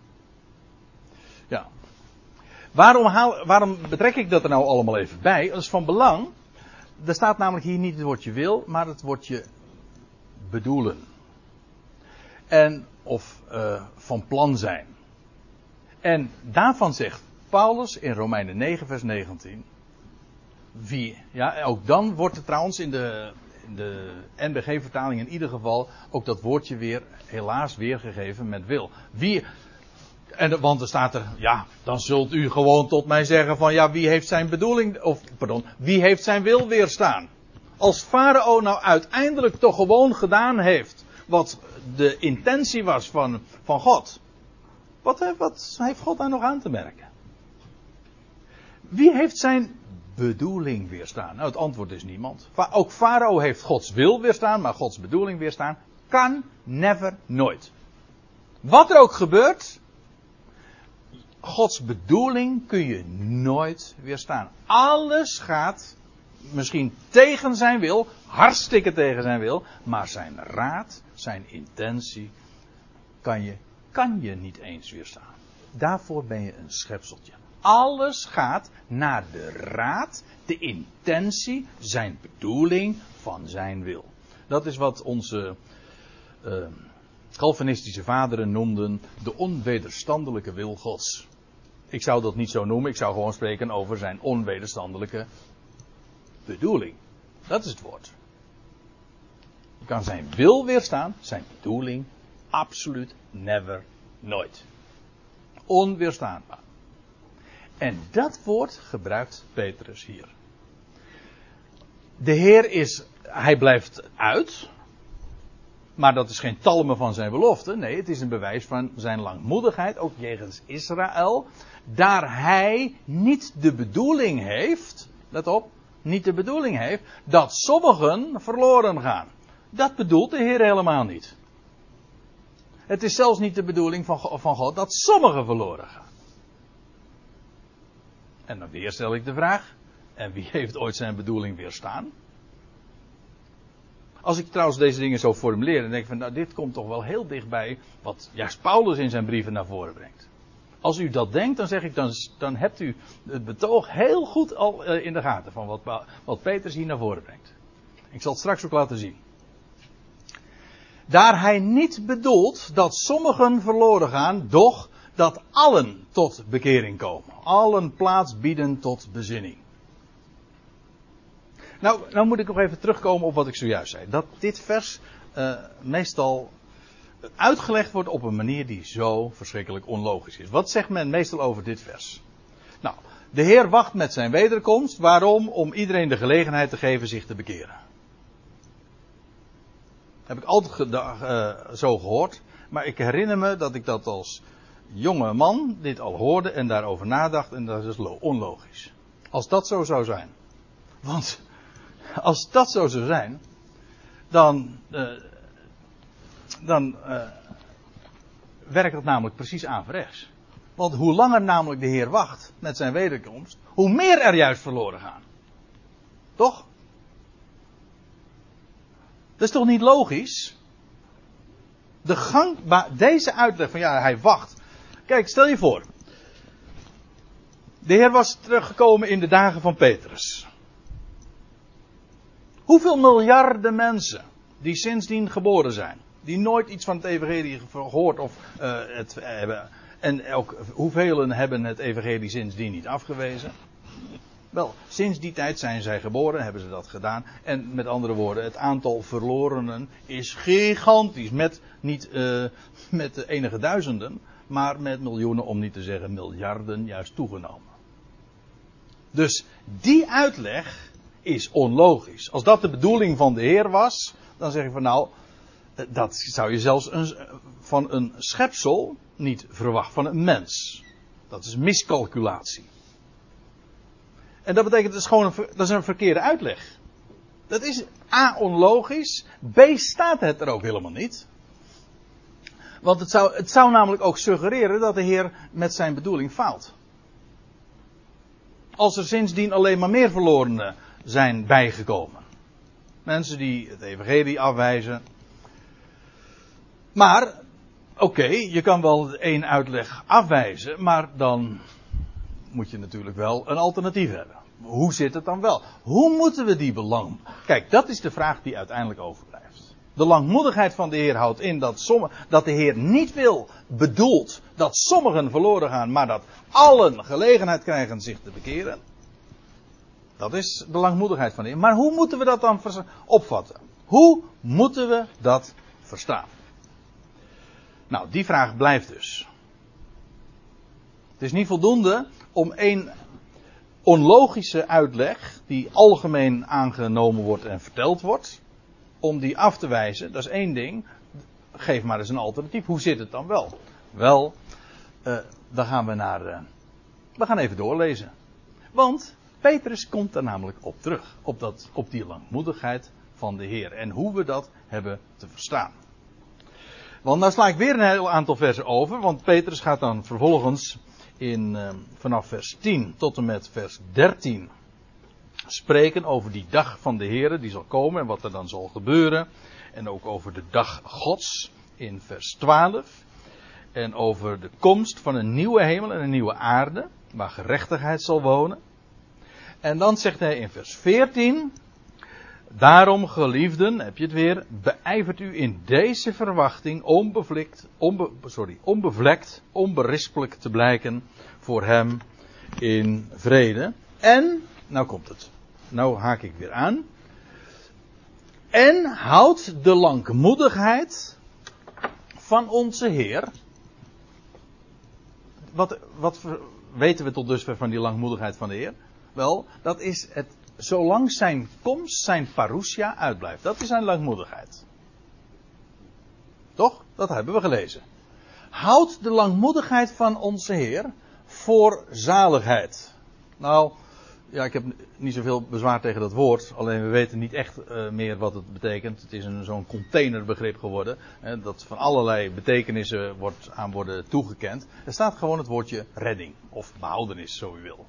Ja. Waarom betrek ik dat er nou allemaal even bij? Dat is van belang. Er staat namelijk hier niet het woordje wil, maar het woordje bedoelen. En of van plan zijn. En daarvan zegt Paulus in Romeinen 9 vers 19. Wie, ja, ook dan wordt er trouwens in de NBG-vertaling in ieder geval ook dat woordje weer helaas weergegeven met wil. Wie, want er staat er, ja, dan zult u gewoon tot mij zeggen van, ja, wie heeft zijn bedoeling, wie heeft zijn wil weerstaan? Als Farao nou uiteindelijk toch gewoon gedaan heeft wat de intentie was van God. Wat heeft God daar nog aan te merken? Wie heeft zijn bedoeling weerstaan? Nou, het antwoord is niemand. Ook Farao heeft Gods wil weerstaan, maar Gods bedoeling weerstaan kan never, nooit. Wat er ook gebeurt, Gods bedoeling kun je nooit weerstaan. Alles gaat misschien tegen zijn wil, hartstikke tegen zijn wil, maar zijn raad, zijn intentie kan je niet eens weerstaan. Daarvoor ben je een schepseltje. Alles gaat naar de raad, de intentie, zijn bedoeling van zijn wil. Dat is wat onze Calvinistische vaderen noemden de onwederstandelijke wil Gods. Ik zou dat niet zo noemen, ik zou gewoon spreken over zijn onwederstandelijke bedoeling. Dat is het woord. Je kan zijn wil weerstaan, zijn bedoeling absoluut never, nooit. Onweerstaanbaar. En dat woord gebruikt Petrus hier. De Heer hij blijft uit. Maar dat is geen talmen van zijn belofte. Nee, het is een bewijs van zijn langmoedigheid, ook jegens Israël. Daar hij niet de bedoeling heeft, let op, niet de bedoeling heeft, dat sommigen verloren gaan. Dat bedoelt de Heer helemaal niet. Het is zelfs niet de bedoeling van God dat sommigen verloren gaan. En dan weer stel ik de vraag, en wie heeft ooit zijn bedoeling weerstaan? Als ik trouwens deze dingen zo formuleer, dan denk ik van, nou, dit komt toch wel heel dichtbij wat juist Paulus in zijn brieven naar voren brengt. Als u dat denkt, dan zeg ik, dan hebt u het betoog heel goed al in de gaten van wat Petrus hier naar voren brengt. Ik zal het straks ook laten zien. Daar hij niet bedoelt dat sommigen verloren gaan, doch dat allen tot bekering komen. Allen plaats bieden tot bezinning. Nou moet ik nog even terugkomen op wat ik zojuist zei. Dat dit vers meestal uitgelegd wordt op een manier die zo verschrikkelijk onlogisch is. Wat zegt men meestal over dit vers? Nou, de Heer wacht met zijn wederkomst. Waarom? Om iedereen de gelegenheid te geven zich te bekeren. Heb ik altijd zo gehoord. Maar ik herinner me dat ik dat als jonge man dit al hoorde en daarover nadacht. En dat is onlogisch. Als dat zo zou zijn. Want als dat zo zou zijn, dan werkt het namelijk precies averechts. Want hoe langer namelijk de Heer wacht met zijn wederkomst, hoe meer er juist verloren gaan. Toch? Dat is toch niet logisch? Deze uitleg van ja, hij wacht. Kijk, stel je voor. De Heer was teruggekomen in de dagen van Petrus. Hoeveel miljarden mensen die sindsdien geboren zijn, die nooit iets van het evangelie gehoord of het hebben, en ook hoeveel hebben het evangelie sindsdien niet afgewezen? Wel, sinds die tijd zijn zij geboren, hebben ze dat gedaan. En met andere woorden, het aantal verlorenen is gigantisch. Niet met enige duizenden, maar met miljoenen, om niet te zeggen miljarden, juist toegenomen. Dus die uitleg is onlogisch. Als dat de bedoeling van de Heer was, dan zeg ik van nou, dat zou je zelfs van een schepsel niet verwachten, van een mens. Dat is miscalculatie. En dat betekent dat is een verkeerde uitleg. Dat is A, onlogisch, B, staat het er ook helemaal niet. Want het zou namelijk ook suggereren dat de Heer met zijn bedoeling faalt. Als er sindsdien alleen maar meer verlorenen zijn bijgekomen. Mensen die het evangelie afwijzen. Maar, oké, je kan wel één uitleg afwijzen, maar dan moet je natuurlijk wel een alternatief hebben. Hoe zit het dan wel? Hoe moeten we die belang? Kijk, dat is de vraag die uiteindelijk overblijft. De langmoedigheid van de Heer houdt in dat de Heer niet bedoelt dat sommigen verloren gaan, maar dat allen gelegenheid krijgen zich te bekeren. Dat is de langmoedigheid van de Heer. Maar hoe moeten we dat dan opvatten? Hoe moeten we dat verstaan? Nou, die vraag blijft dus. Het is niet voldoende om één onlogische uitleg, die algemeen aangenomen wordt en verteld wordt, om die af te wijzen. Dat is één ding. Geef maar eens een alternatief. Hoe zit het dan wel? Wel, dan gaan we gaan even doorlezen. Want Petrus komt daar namelijk op terug. Op die langmoedigheid van de Heer. En hoe we dat hebben te verstaan. Want nou sla ik weer een heel aantal versen over. Want Petrus gaat dan vervolgens vanaf vers 10 tot en met vers 13 spreken over die dag van de Heer die zal komen en wat er dan zal gebeuren. En ook over de dag Gods in vers 12. En over de komst van een nieuwe hemel en een nieuwe aarde waar gerechtigheid zal wonen. En dan zegt hij in vers 14... Daarom, geliefden, heb je het weer, beijvert u in deze verwachting onbevlekt, onberispelijk te blijken voor hem in vrede. En, nou komt het, nou haak ik weer aan. En houdt de langmoedigheid van onze Heer. Wat weten we tot dusver van die langmoedigheid van de Heer? Wel, dat is het. Zolang zijn komst, zijn parousia uitblijft. Dat is zijn langmoedigheid. Toch? Dat hebben we gelezen. Houd de langmoedigheid van onze Heer voor zaligheid. Nou, ja, ik heb niet zoveel bezwaar tegen dat woord. Alleen we weten niet echt meer wat het betekent. Het is zo'n containerbegrip geworden. Dat van allerlei betekenissen worden toegekend. Er staat gewoon het woordje redding. Of behoudenis, zo u wil.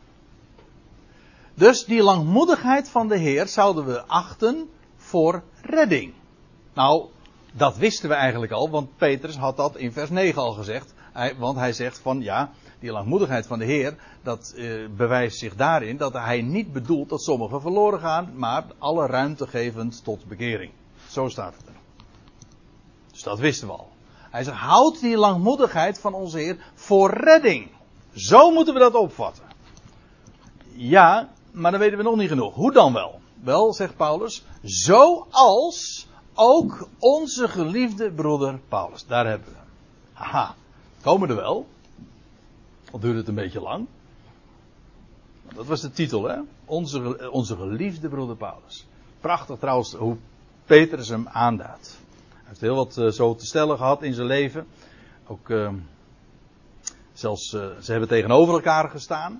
Dus die langmoedigheid van de Heer zouden we achten voor redding. Nou, dat wisten we eigenlijk al, want Petrus had dat in vers 9 al gezegd. Want hij zegt van ja, die langmoedigheid van de Heer, dat bewijst zich daarin dat hij niet bedoelt dat sommigen verloren gaan, maar alle ruimte gevend tot bekering. Zo staat het er. Dus dat wisten we al. Hij zegt, houd die langmoedigheid van onze Heer voor redding. Zo moeten we dat opvatten. Ja, maar dan weten we nog niet genoeg. Hoe dan wel? Wel, zegt Paulus, zoals ook onze geliefde broeder Paulus. Daar hebben we hem. Haha, komen er wel. Al duurt het een beetje lang. Dat was de titel, hè? Onze geliefde broeder Paulus. Prachtig trouwens hoe Petrus hem aanduidt. Hij heeft heel wat zo te stellen gehad in zijn leven. Ook zelfs, ze hebben tegenover elkaar gestaan.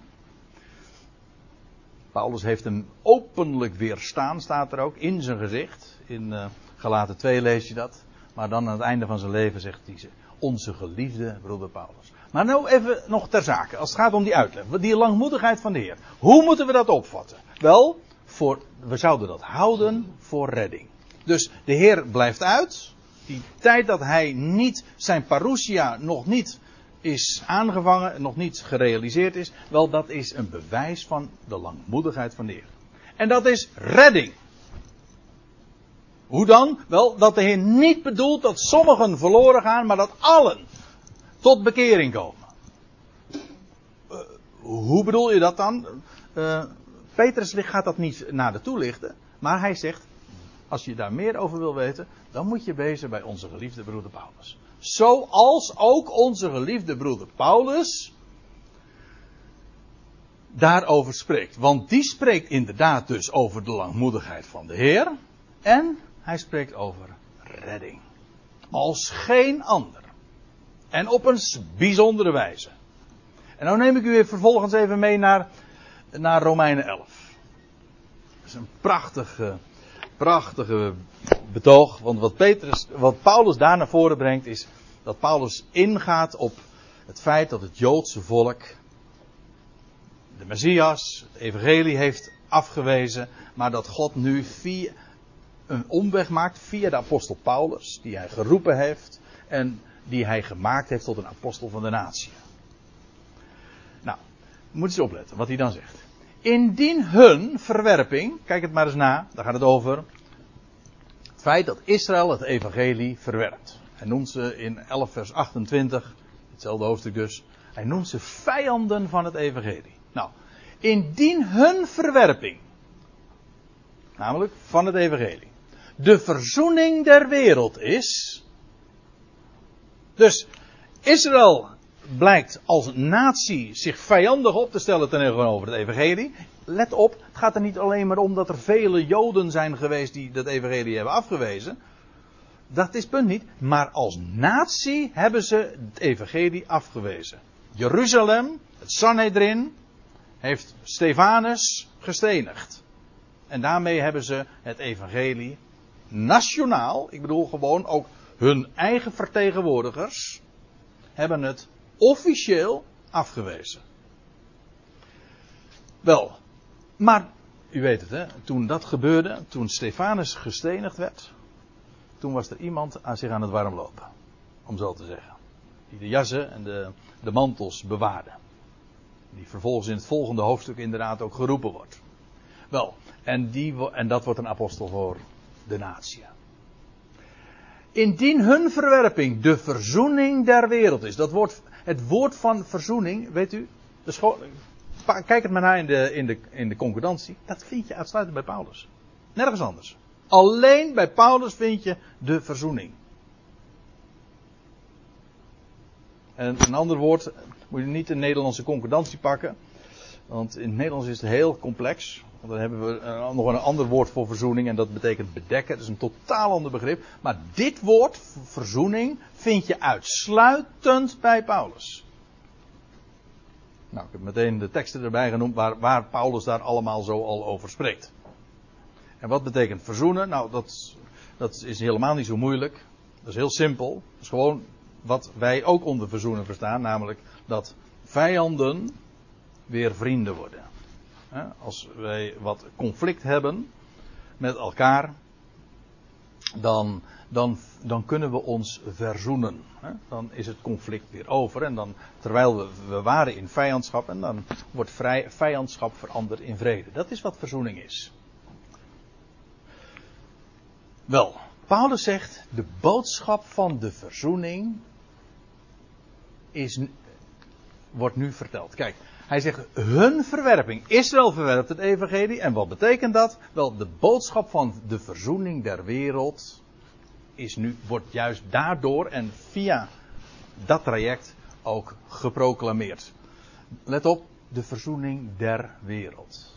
Paulus heeft hem openlijk weerstaan, staat er ook, in zijn gezicht. In Galaten 2 lees je dat. Maar dan aan het einde van zijn leven zegt hij, onze geliefde broeder Paulus. Maar nou even nog ter zake, als het gaat om die uitleg. Die langmoedigheid van de Heer. Hoe moeten we dat opvatten? Wel, we zouden dat houden voor redding. Dus de Heer blijft uit. Die tijd dat hij niet, zijn parousia nog niet is aangevangen, nog niet gerealiseerd is. Wel, dat is een bewijs van de langmoedigheid van de Heer. En dat is redding. Hoe dan? Wel, dat de Heer niet bedoelt dat sommigen verloren gaan, maar dat allen tot bekering komen. Hoe bedoel je dat dan? Petrus gaat dat niet nader toelichten, maar hij zegt, als je daar meer over wil weten, dan moet je wezen bij onze geliefde broeder Paulus. Zoals ook onze geliefde broeder Paulus daarover spreekt. Want die spreekt inderdaad dus over de langmoedigheid van de Heer. En hij spreekt over redding. Als geen ander. En op een bijzondere wijze. En nou neem ik u weer vervolgens even mee naar Romeinen 11. Dat is een prachtige betoog. Want wat Paulus daar naar voren brengt is dat Paulus ingaat op het feit dat het Joodse volk de Messias, het evangelie heeft afgewezen. Maar dat God nu via een omweg maakt via de apostel Paulus, die hij geroepen heeft en die hij gemaakt heeft tot een apostel van de natie. Nou, moet eens opletten wat hij dan zegt. Indien hun verwerping, kijk het maar eens na, daar gaat het over. Het feit dat Israël het evangelie verwerpt. Hij noemt ze in 11 vers 28, hetzelfde hoofdstuk dus, hij noemt ze vijanden van het evangelie. Nou, indien hun verwerping, namelijk van het evangelie, de verzoening der wereld is. Dus Israël blijkt als natie zich vijandig op te stellen tegenover het evangelie. Let op, het gaat er niet alleen maar om dat er vele Joden zijn geweest die dat evangelie hebben afgewezen. Dat is het punt niet. Maar als natie hebben ze het evangelie afgewezen. Jeruzalem, het Sanhedrin, heeft Stefanus gestenigd. En daarmee hebben ze het evangelie nationaal, ik bedoel gewoon ook hun eigen vertegenwoordigers, hebben het officieel afgewezen. Wel, maar u weet het, hè, toen dat gebeurde, toen Stefanus gestenigd werd, toen was er iemand aan zich aan het warmlopen, om zo te zeggen. Die de jassen en de mantels bewaarde. Die vervolgens in het volgende hoofdstuk inderdaad ook geroepen wordt. Wel, en dat wordt een apostel voor de natie. Indien hun verwerping de verzoening der wereld is. Het woord van verzoening, weet u. Kijk het maar naar in de concordantie. Dat vind je uitsluitend bij Paulus. Nergens anders. Alleen bij Paulus vind je de verzoening. En een ander woord, moet je niet de Nederlandse concordantie pakken. Want in het Nederlands is het heel complex. Want dan hebben we nog een ander woord voor verzoening en dat betekent bedekken. Dat is een totaal ander begrip. Maar dit woord, verzoening, vind je uitsluitend bij Paulus. Nou, ik heb meteen de teksten erbij genoemd waar Paulus daar allemaal zo al over spreekt. En wat betekent verzoenen? Nou, dat is helemaal niet zo moeilijk. Dat is heel simpel. Dat is gewoon wat wij ook onder verzoenen verstaan. Namelijk dat vijanden weer vrienden worden. Als wij wat conflict hebben met elkaar, dan kunnen we ons verzoenen. Dan is het conflict weer over. En dan, terwijl we waren in vijandschap, en dan wordt vijandschap veranderd in vrede. Dat is wat verzoening is. Wel, Paulus zegt, de boodschap van de verzoening wordt nu verteld. Kijk, hij zegt, hun verwerping. Israël verwerpt het evangelie. En wat betekent dat? Wel, de boodschap van de verzoening der wereld wordt juist daardoor en via dat traject ook geproclameerd. Let op, de verzoening der wereld.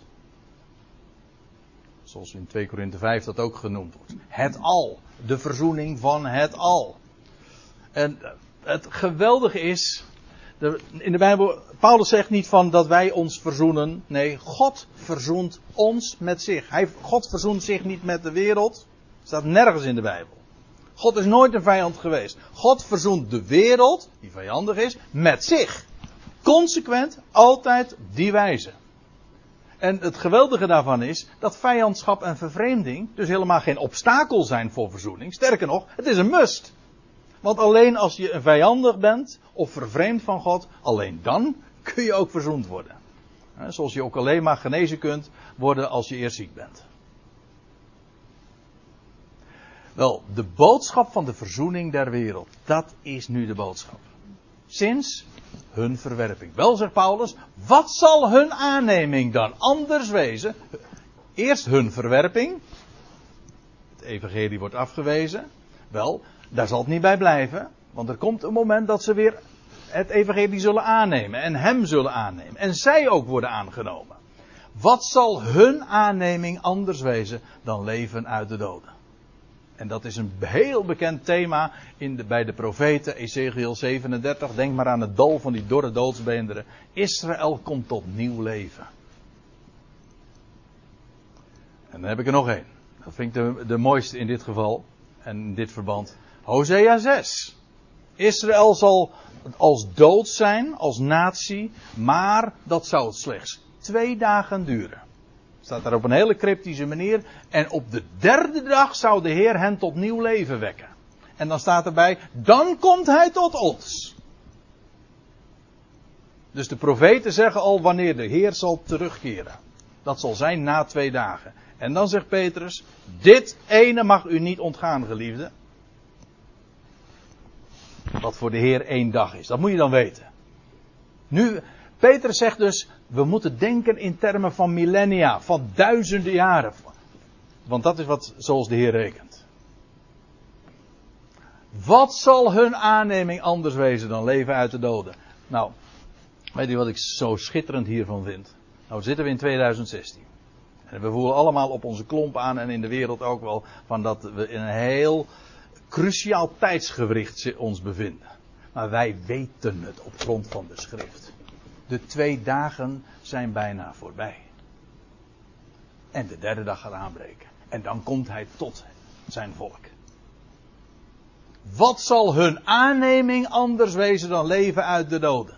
Zoals in 2 Korinthe 5 dat ook genoemd wordt. Het al. De verzoening van het al. En het geweldige is, in de Bijbel, Paulus zegt niet van dat wij ons verzoenen. Nee, God verzoent ons met zich. God verzoent zich niet met de wereld. Staat nergens in de Bijbel. God is nooit een vijand geweest. God verzoent de wereld, die vijandig is, met zich. Consequent, altijd op die wijze. En het geweldige daarvan is dat vijandschap en vervreemding dus helemaal geen obstakel zijn voor verzoening. Sterker nog, het is een must. Want alleen als je een vijandig bent of vervreemd van God, alleen dan kun je ook verzoend worden. Zoals je ook alleen maar genezen kunt worden als je eerst ziek bent. Wel, de boodschap van de verzoening der wereld, dat is nu de boodschap. Sinds hun verwerping. Wel, zegt Paulus, wat zal hun aanneming dan anders wezen? Eerst hun verwerping. Het evangelie wordt afgewezen. Wel, daar zal het niet bij blijven. Want er komt een moment dat ze weer het evangelie zullen aannemen. En hem zullen aannemen. En zij ook worden aangenomen. Wat zal hun aanneming anders wezen dan leven uit de doden? En dat is een heel bekend thema bij de profeten, Ezekiel 37. Denk maar aan het dal van die dorre doodsbeenderen. Israël komt tot nieuw leven. En dan heb ik er nog één. Dat vind ik de mooiste in dit geval. En in dit verband. Hosea 6. Israël zal als dood zijn, als natie. Maar dat zou het slechts 2 dagen duren. Staat daar op een hele cryptische manier. En op de 3e dag zou de Heer hen tot nieuw leven wekken. En dan staat erbij, dan komt hij tot ons. Dus de profeten zeggen al wanneer de Heer zal terugkeren. Dat zal zijn na 2 dagen. En dan zegt Petrus, dit ene mag u niet ontgaan, geliefde. Wat voor de Heer 1 dag is. Dat moet je dan weten. Nu, Petrus zegt dus, we moeten denken in termen van millennia, van duizenden jaren. Want dat is wat zoals de Heer rekent. Wat zal hun aanneming anders wezen dan leven uit de doden? Nou, weet u wat ik zo schitterend hiervan vind? Nou zitten we in 2016. En we voelen allemaal op onze klomp aan en in de wereld ook wel van dat we in een heel cruciaal tijdsgewricht ons bevinden. Maar wij weten het op grond van de schrift. De 2 dagen zijn bijna voorbij. En de 3e dag gaat aanbreken. En dan komt hij tot zijn volk. Wat zal hun aanneming anders wezen dan leven uit de doden?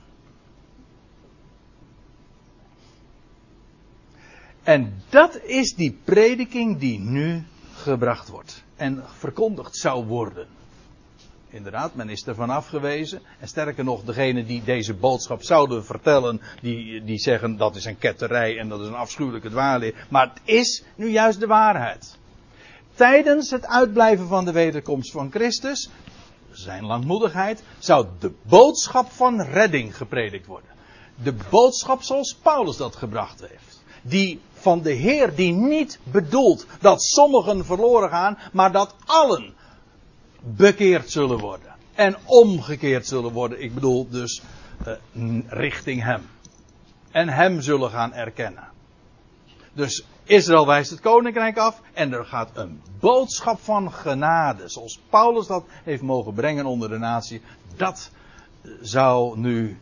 En dat is die prediking die nu gebracht wordt. En verkondigd zou worden. Inderdaad, men is ervan afgewezen. En sterker nog, degenen die deze boodschap zouden vertellen, die zeggen dat is een ketterij en dat is een afschuwelijke dwaalleer. Maar het is nu juist de waarheid. Tijdens het uitblijven van de wederkomst van Christus, zijn langmoedigheid, zou de boodschap van redding gepredikt worden. De boodschap zoals Paulus dat gebracht heeft. Die van de Heer die niet bedoelt dat sommigen verloren gaan, maar dat allen bekeerd zullen worden. En omgekeerd zullen worden. Ik bedoel dus richting hem. En hem zullen gaan erkennen. Dus Israël wijst het koninkrijk af. En er gaat een boodschap van genade. Zoals Paulus dat heeft mogen brengen onder de natie. Dat zou nu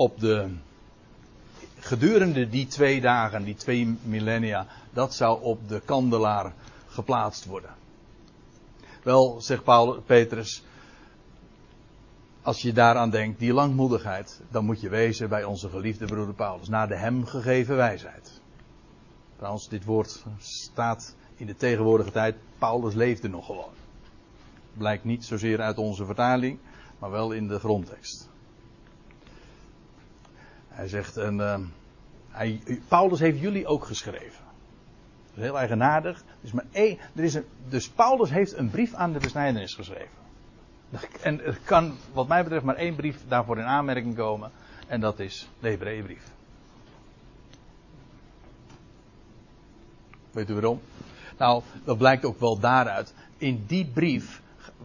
gedurende die 2 dagen, die 2 millennia. Dat zou op de kandelaar geplaatst worden. Wel, zegt Petrus, als je daaraan denkt, die langmoedigheid, dan moet je wezen bij onze geliefde broeder Paulus, naar de hem gegeven wijsheid. Trouwens, dit woord staat in de tegenwoordige tijd, Paulus leefde nog gewoon. Blijkt niet zozeer uit onze vertaling, maar wel in de grondtekst. Hij zegt, Paulus heeft jullie ook geschreven. Dat is heel eigenaardig. Dus Paulus heeft een brief aan de besnijdenis geschreven. En er kan wat mij betreft maar 1 brief daarvoor in aanmerking komen. En dat is de Hebreeënbrief. Weet u waarom? Nou, dat blijkt ook wel daaruit. In die brief,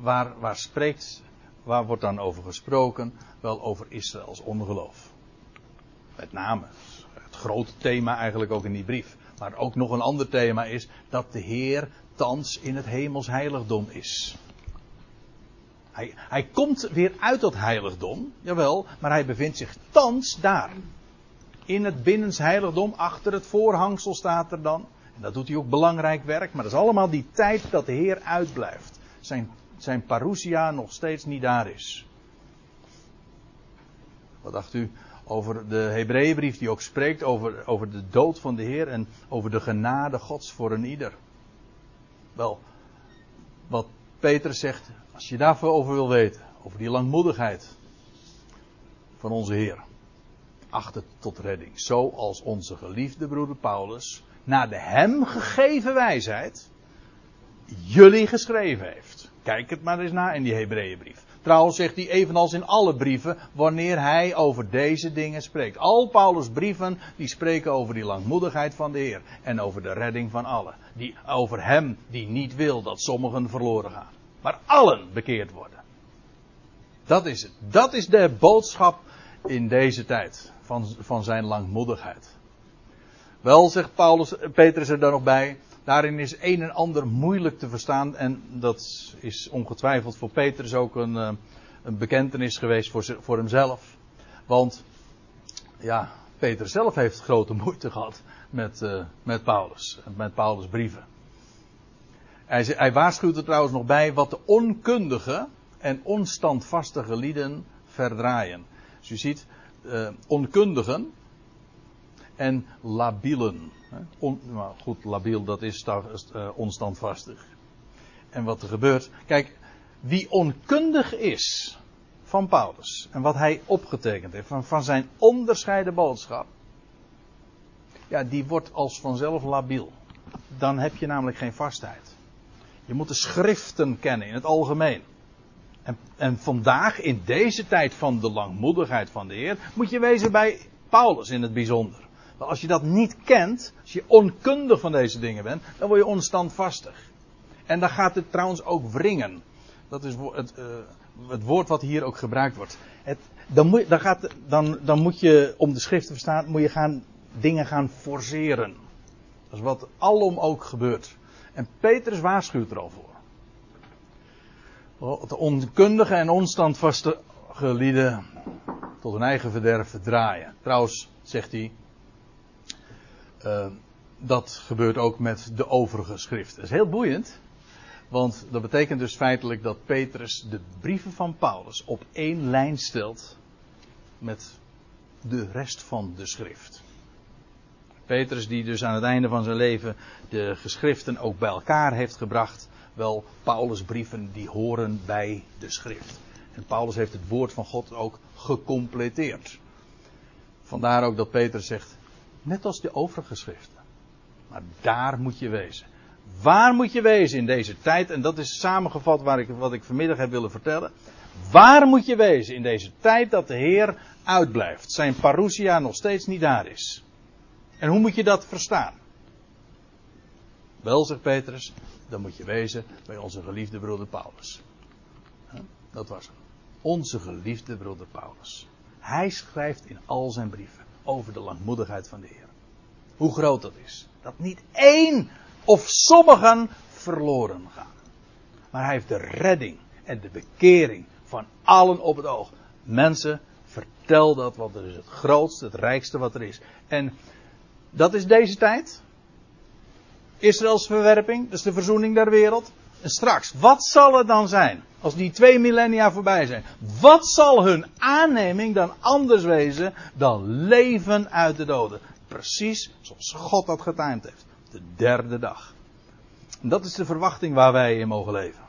waar wordt dan over gesproken? Wel over Israëls ongeloof. Met name. Het grote thema eigenlijk ook in die brief. Maar ook nog een ander thema is dat de Heer thans in het hemels heiligdom is. Hij komt weer uit dat heiligdom, jawel, maar hij bevindt zich thans daar. In het binnens heiligdom, achter het voorhangsel staat er dan. En dat doet hij ook belangrijk werk, maar dat is allemaal die tijd dat de Heer uitblijft. Zijn parousia nog steeds niet daar is. Wat dacht u over de Hebreeënbrief die ook spreekt over de dood van de Heer en over de genade Gods voor een ieder? Wel, wat Petrus zegt, als je daarvoor over wil weten, over die langmoedigheid van onze Heer, acht het tot redding. Zoals onze geliefde broeder Paulus, naar de hem gegeven wijsheid, jullie geschreven heeft. Kijk het maar eens na in die Hebreeënbrief. Trouwens zegt hij evenals in alle brieven, wanneer hij over deze dingen spreekt. Al Paulus' brieven, die spreken over die langmoedigheid van de Heer. En over de redding van allen. Over hem die niet wil dat sommigen verloren gaan. Maar allen bekeerd worden. Dat is het. Dat is de boodschap in deze tijd. Van zijn langmoedigheid. Wel, zegt Petrus er dan nog bij. Daarin is een en ander moeilijk te verstaan. En dat is ongetwijfeld voor Petrus ook een bekentenis geweest voor hemzelf. Want, ja, Petrus zelf heeft grote moeite gehad met Paulus. Met Paulus' brieven. Hij waarschuwt er trouwens nog bij wat de onkundige en onstandvastige lieden verdraaien. Dus u ziet, onkundigen en labielen. Maar goed, labiel, dat is onstandvastig. En wat er gebeurt. Kijk, wie onkundig is van Paulus. En wat hij opgetekend heeft. Van zijn onderscheiden boodschap. Ja, die wordt als vanzelf labiel. dan heb je namelijk geen vastheid. Je moet de schriften kennen in het algemeen. En vandaag, in deze tijd van de langmoedigheid van de Heer, moet je wezen bij Paulus in het bijzonder. Want als je dat niet kent, als je onkundig van deze dingen bent, dan word je onstandvastig. En dan gaat het trouwens ook wringen. Dat is het woord wat hier ook gebruikt wordt. Dan moet je, om de schrift te verstaan, moet je dingen gaan forceren. Dat is wat alom ook gebeurt. En Petrus waarschuwt er al voor. De onkundige en onstandvastige lieden tot hun eigen verderf draaien. Trouwens, zegt hij, dat gebeurt ook met de overige schriften. Dat is heel boeiend. Want dat betekent dus feitelijk dat Petrus de brieven van Paulus op één lijn stelt met de rest van de schrift. Petrus die dus aan het einde van zijn leven de geschriften ook bij elkaar heeft gebracht. Wel, Paulus' brieven die horen bij de schrift. En Paulus heeft het woord van God ook gecompleteerd. Vandaar ook dat Petrus zegt, net als de overige schriften. Maar daar moet je wezen. Waar moet je wezen in deze tijd? En dat is samengevat wat ik vanmiddag heb willen vertellen. Waar moet je wezen in deze tijd dat de Heer uitblijft? Zijn parousia nog steeds niet daar is. En hoe moet je dat verstaan? Wel, zegt Petrus, dan moet je wezen bij onze geliefde broeder Paulus. Dat was hem. Onze geliefde broeder Paulus. Hij schrijft in al zijn brieven over de langmoedigheid van de Heer. Hoe groot dat is. Dat niet één of sommigen verloren gaan. Maar hij heeft de redding en de bekering van allen op het oog. Mensen, vertel dat, want dat is het grootste, het rijkste wat er is. En dat is deze tijd. Israëls verwerping, dat is de verzoening der wereld. En straks, wat zal het dan zijn? Als die 2 millennia voorbij zijn. Wat zal hun aanneming dan anders wezen dan leven uit de doden? Precies zoals God dat getimed heeft. De derde dag. En dat is de verwachting waar wij in mogen leven.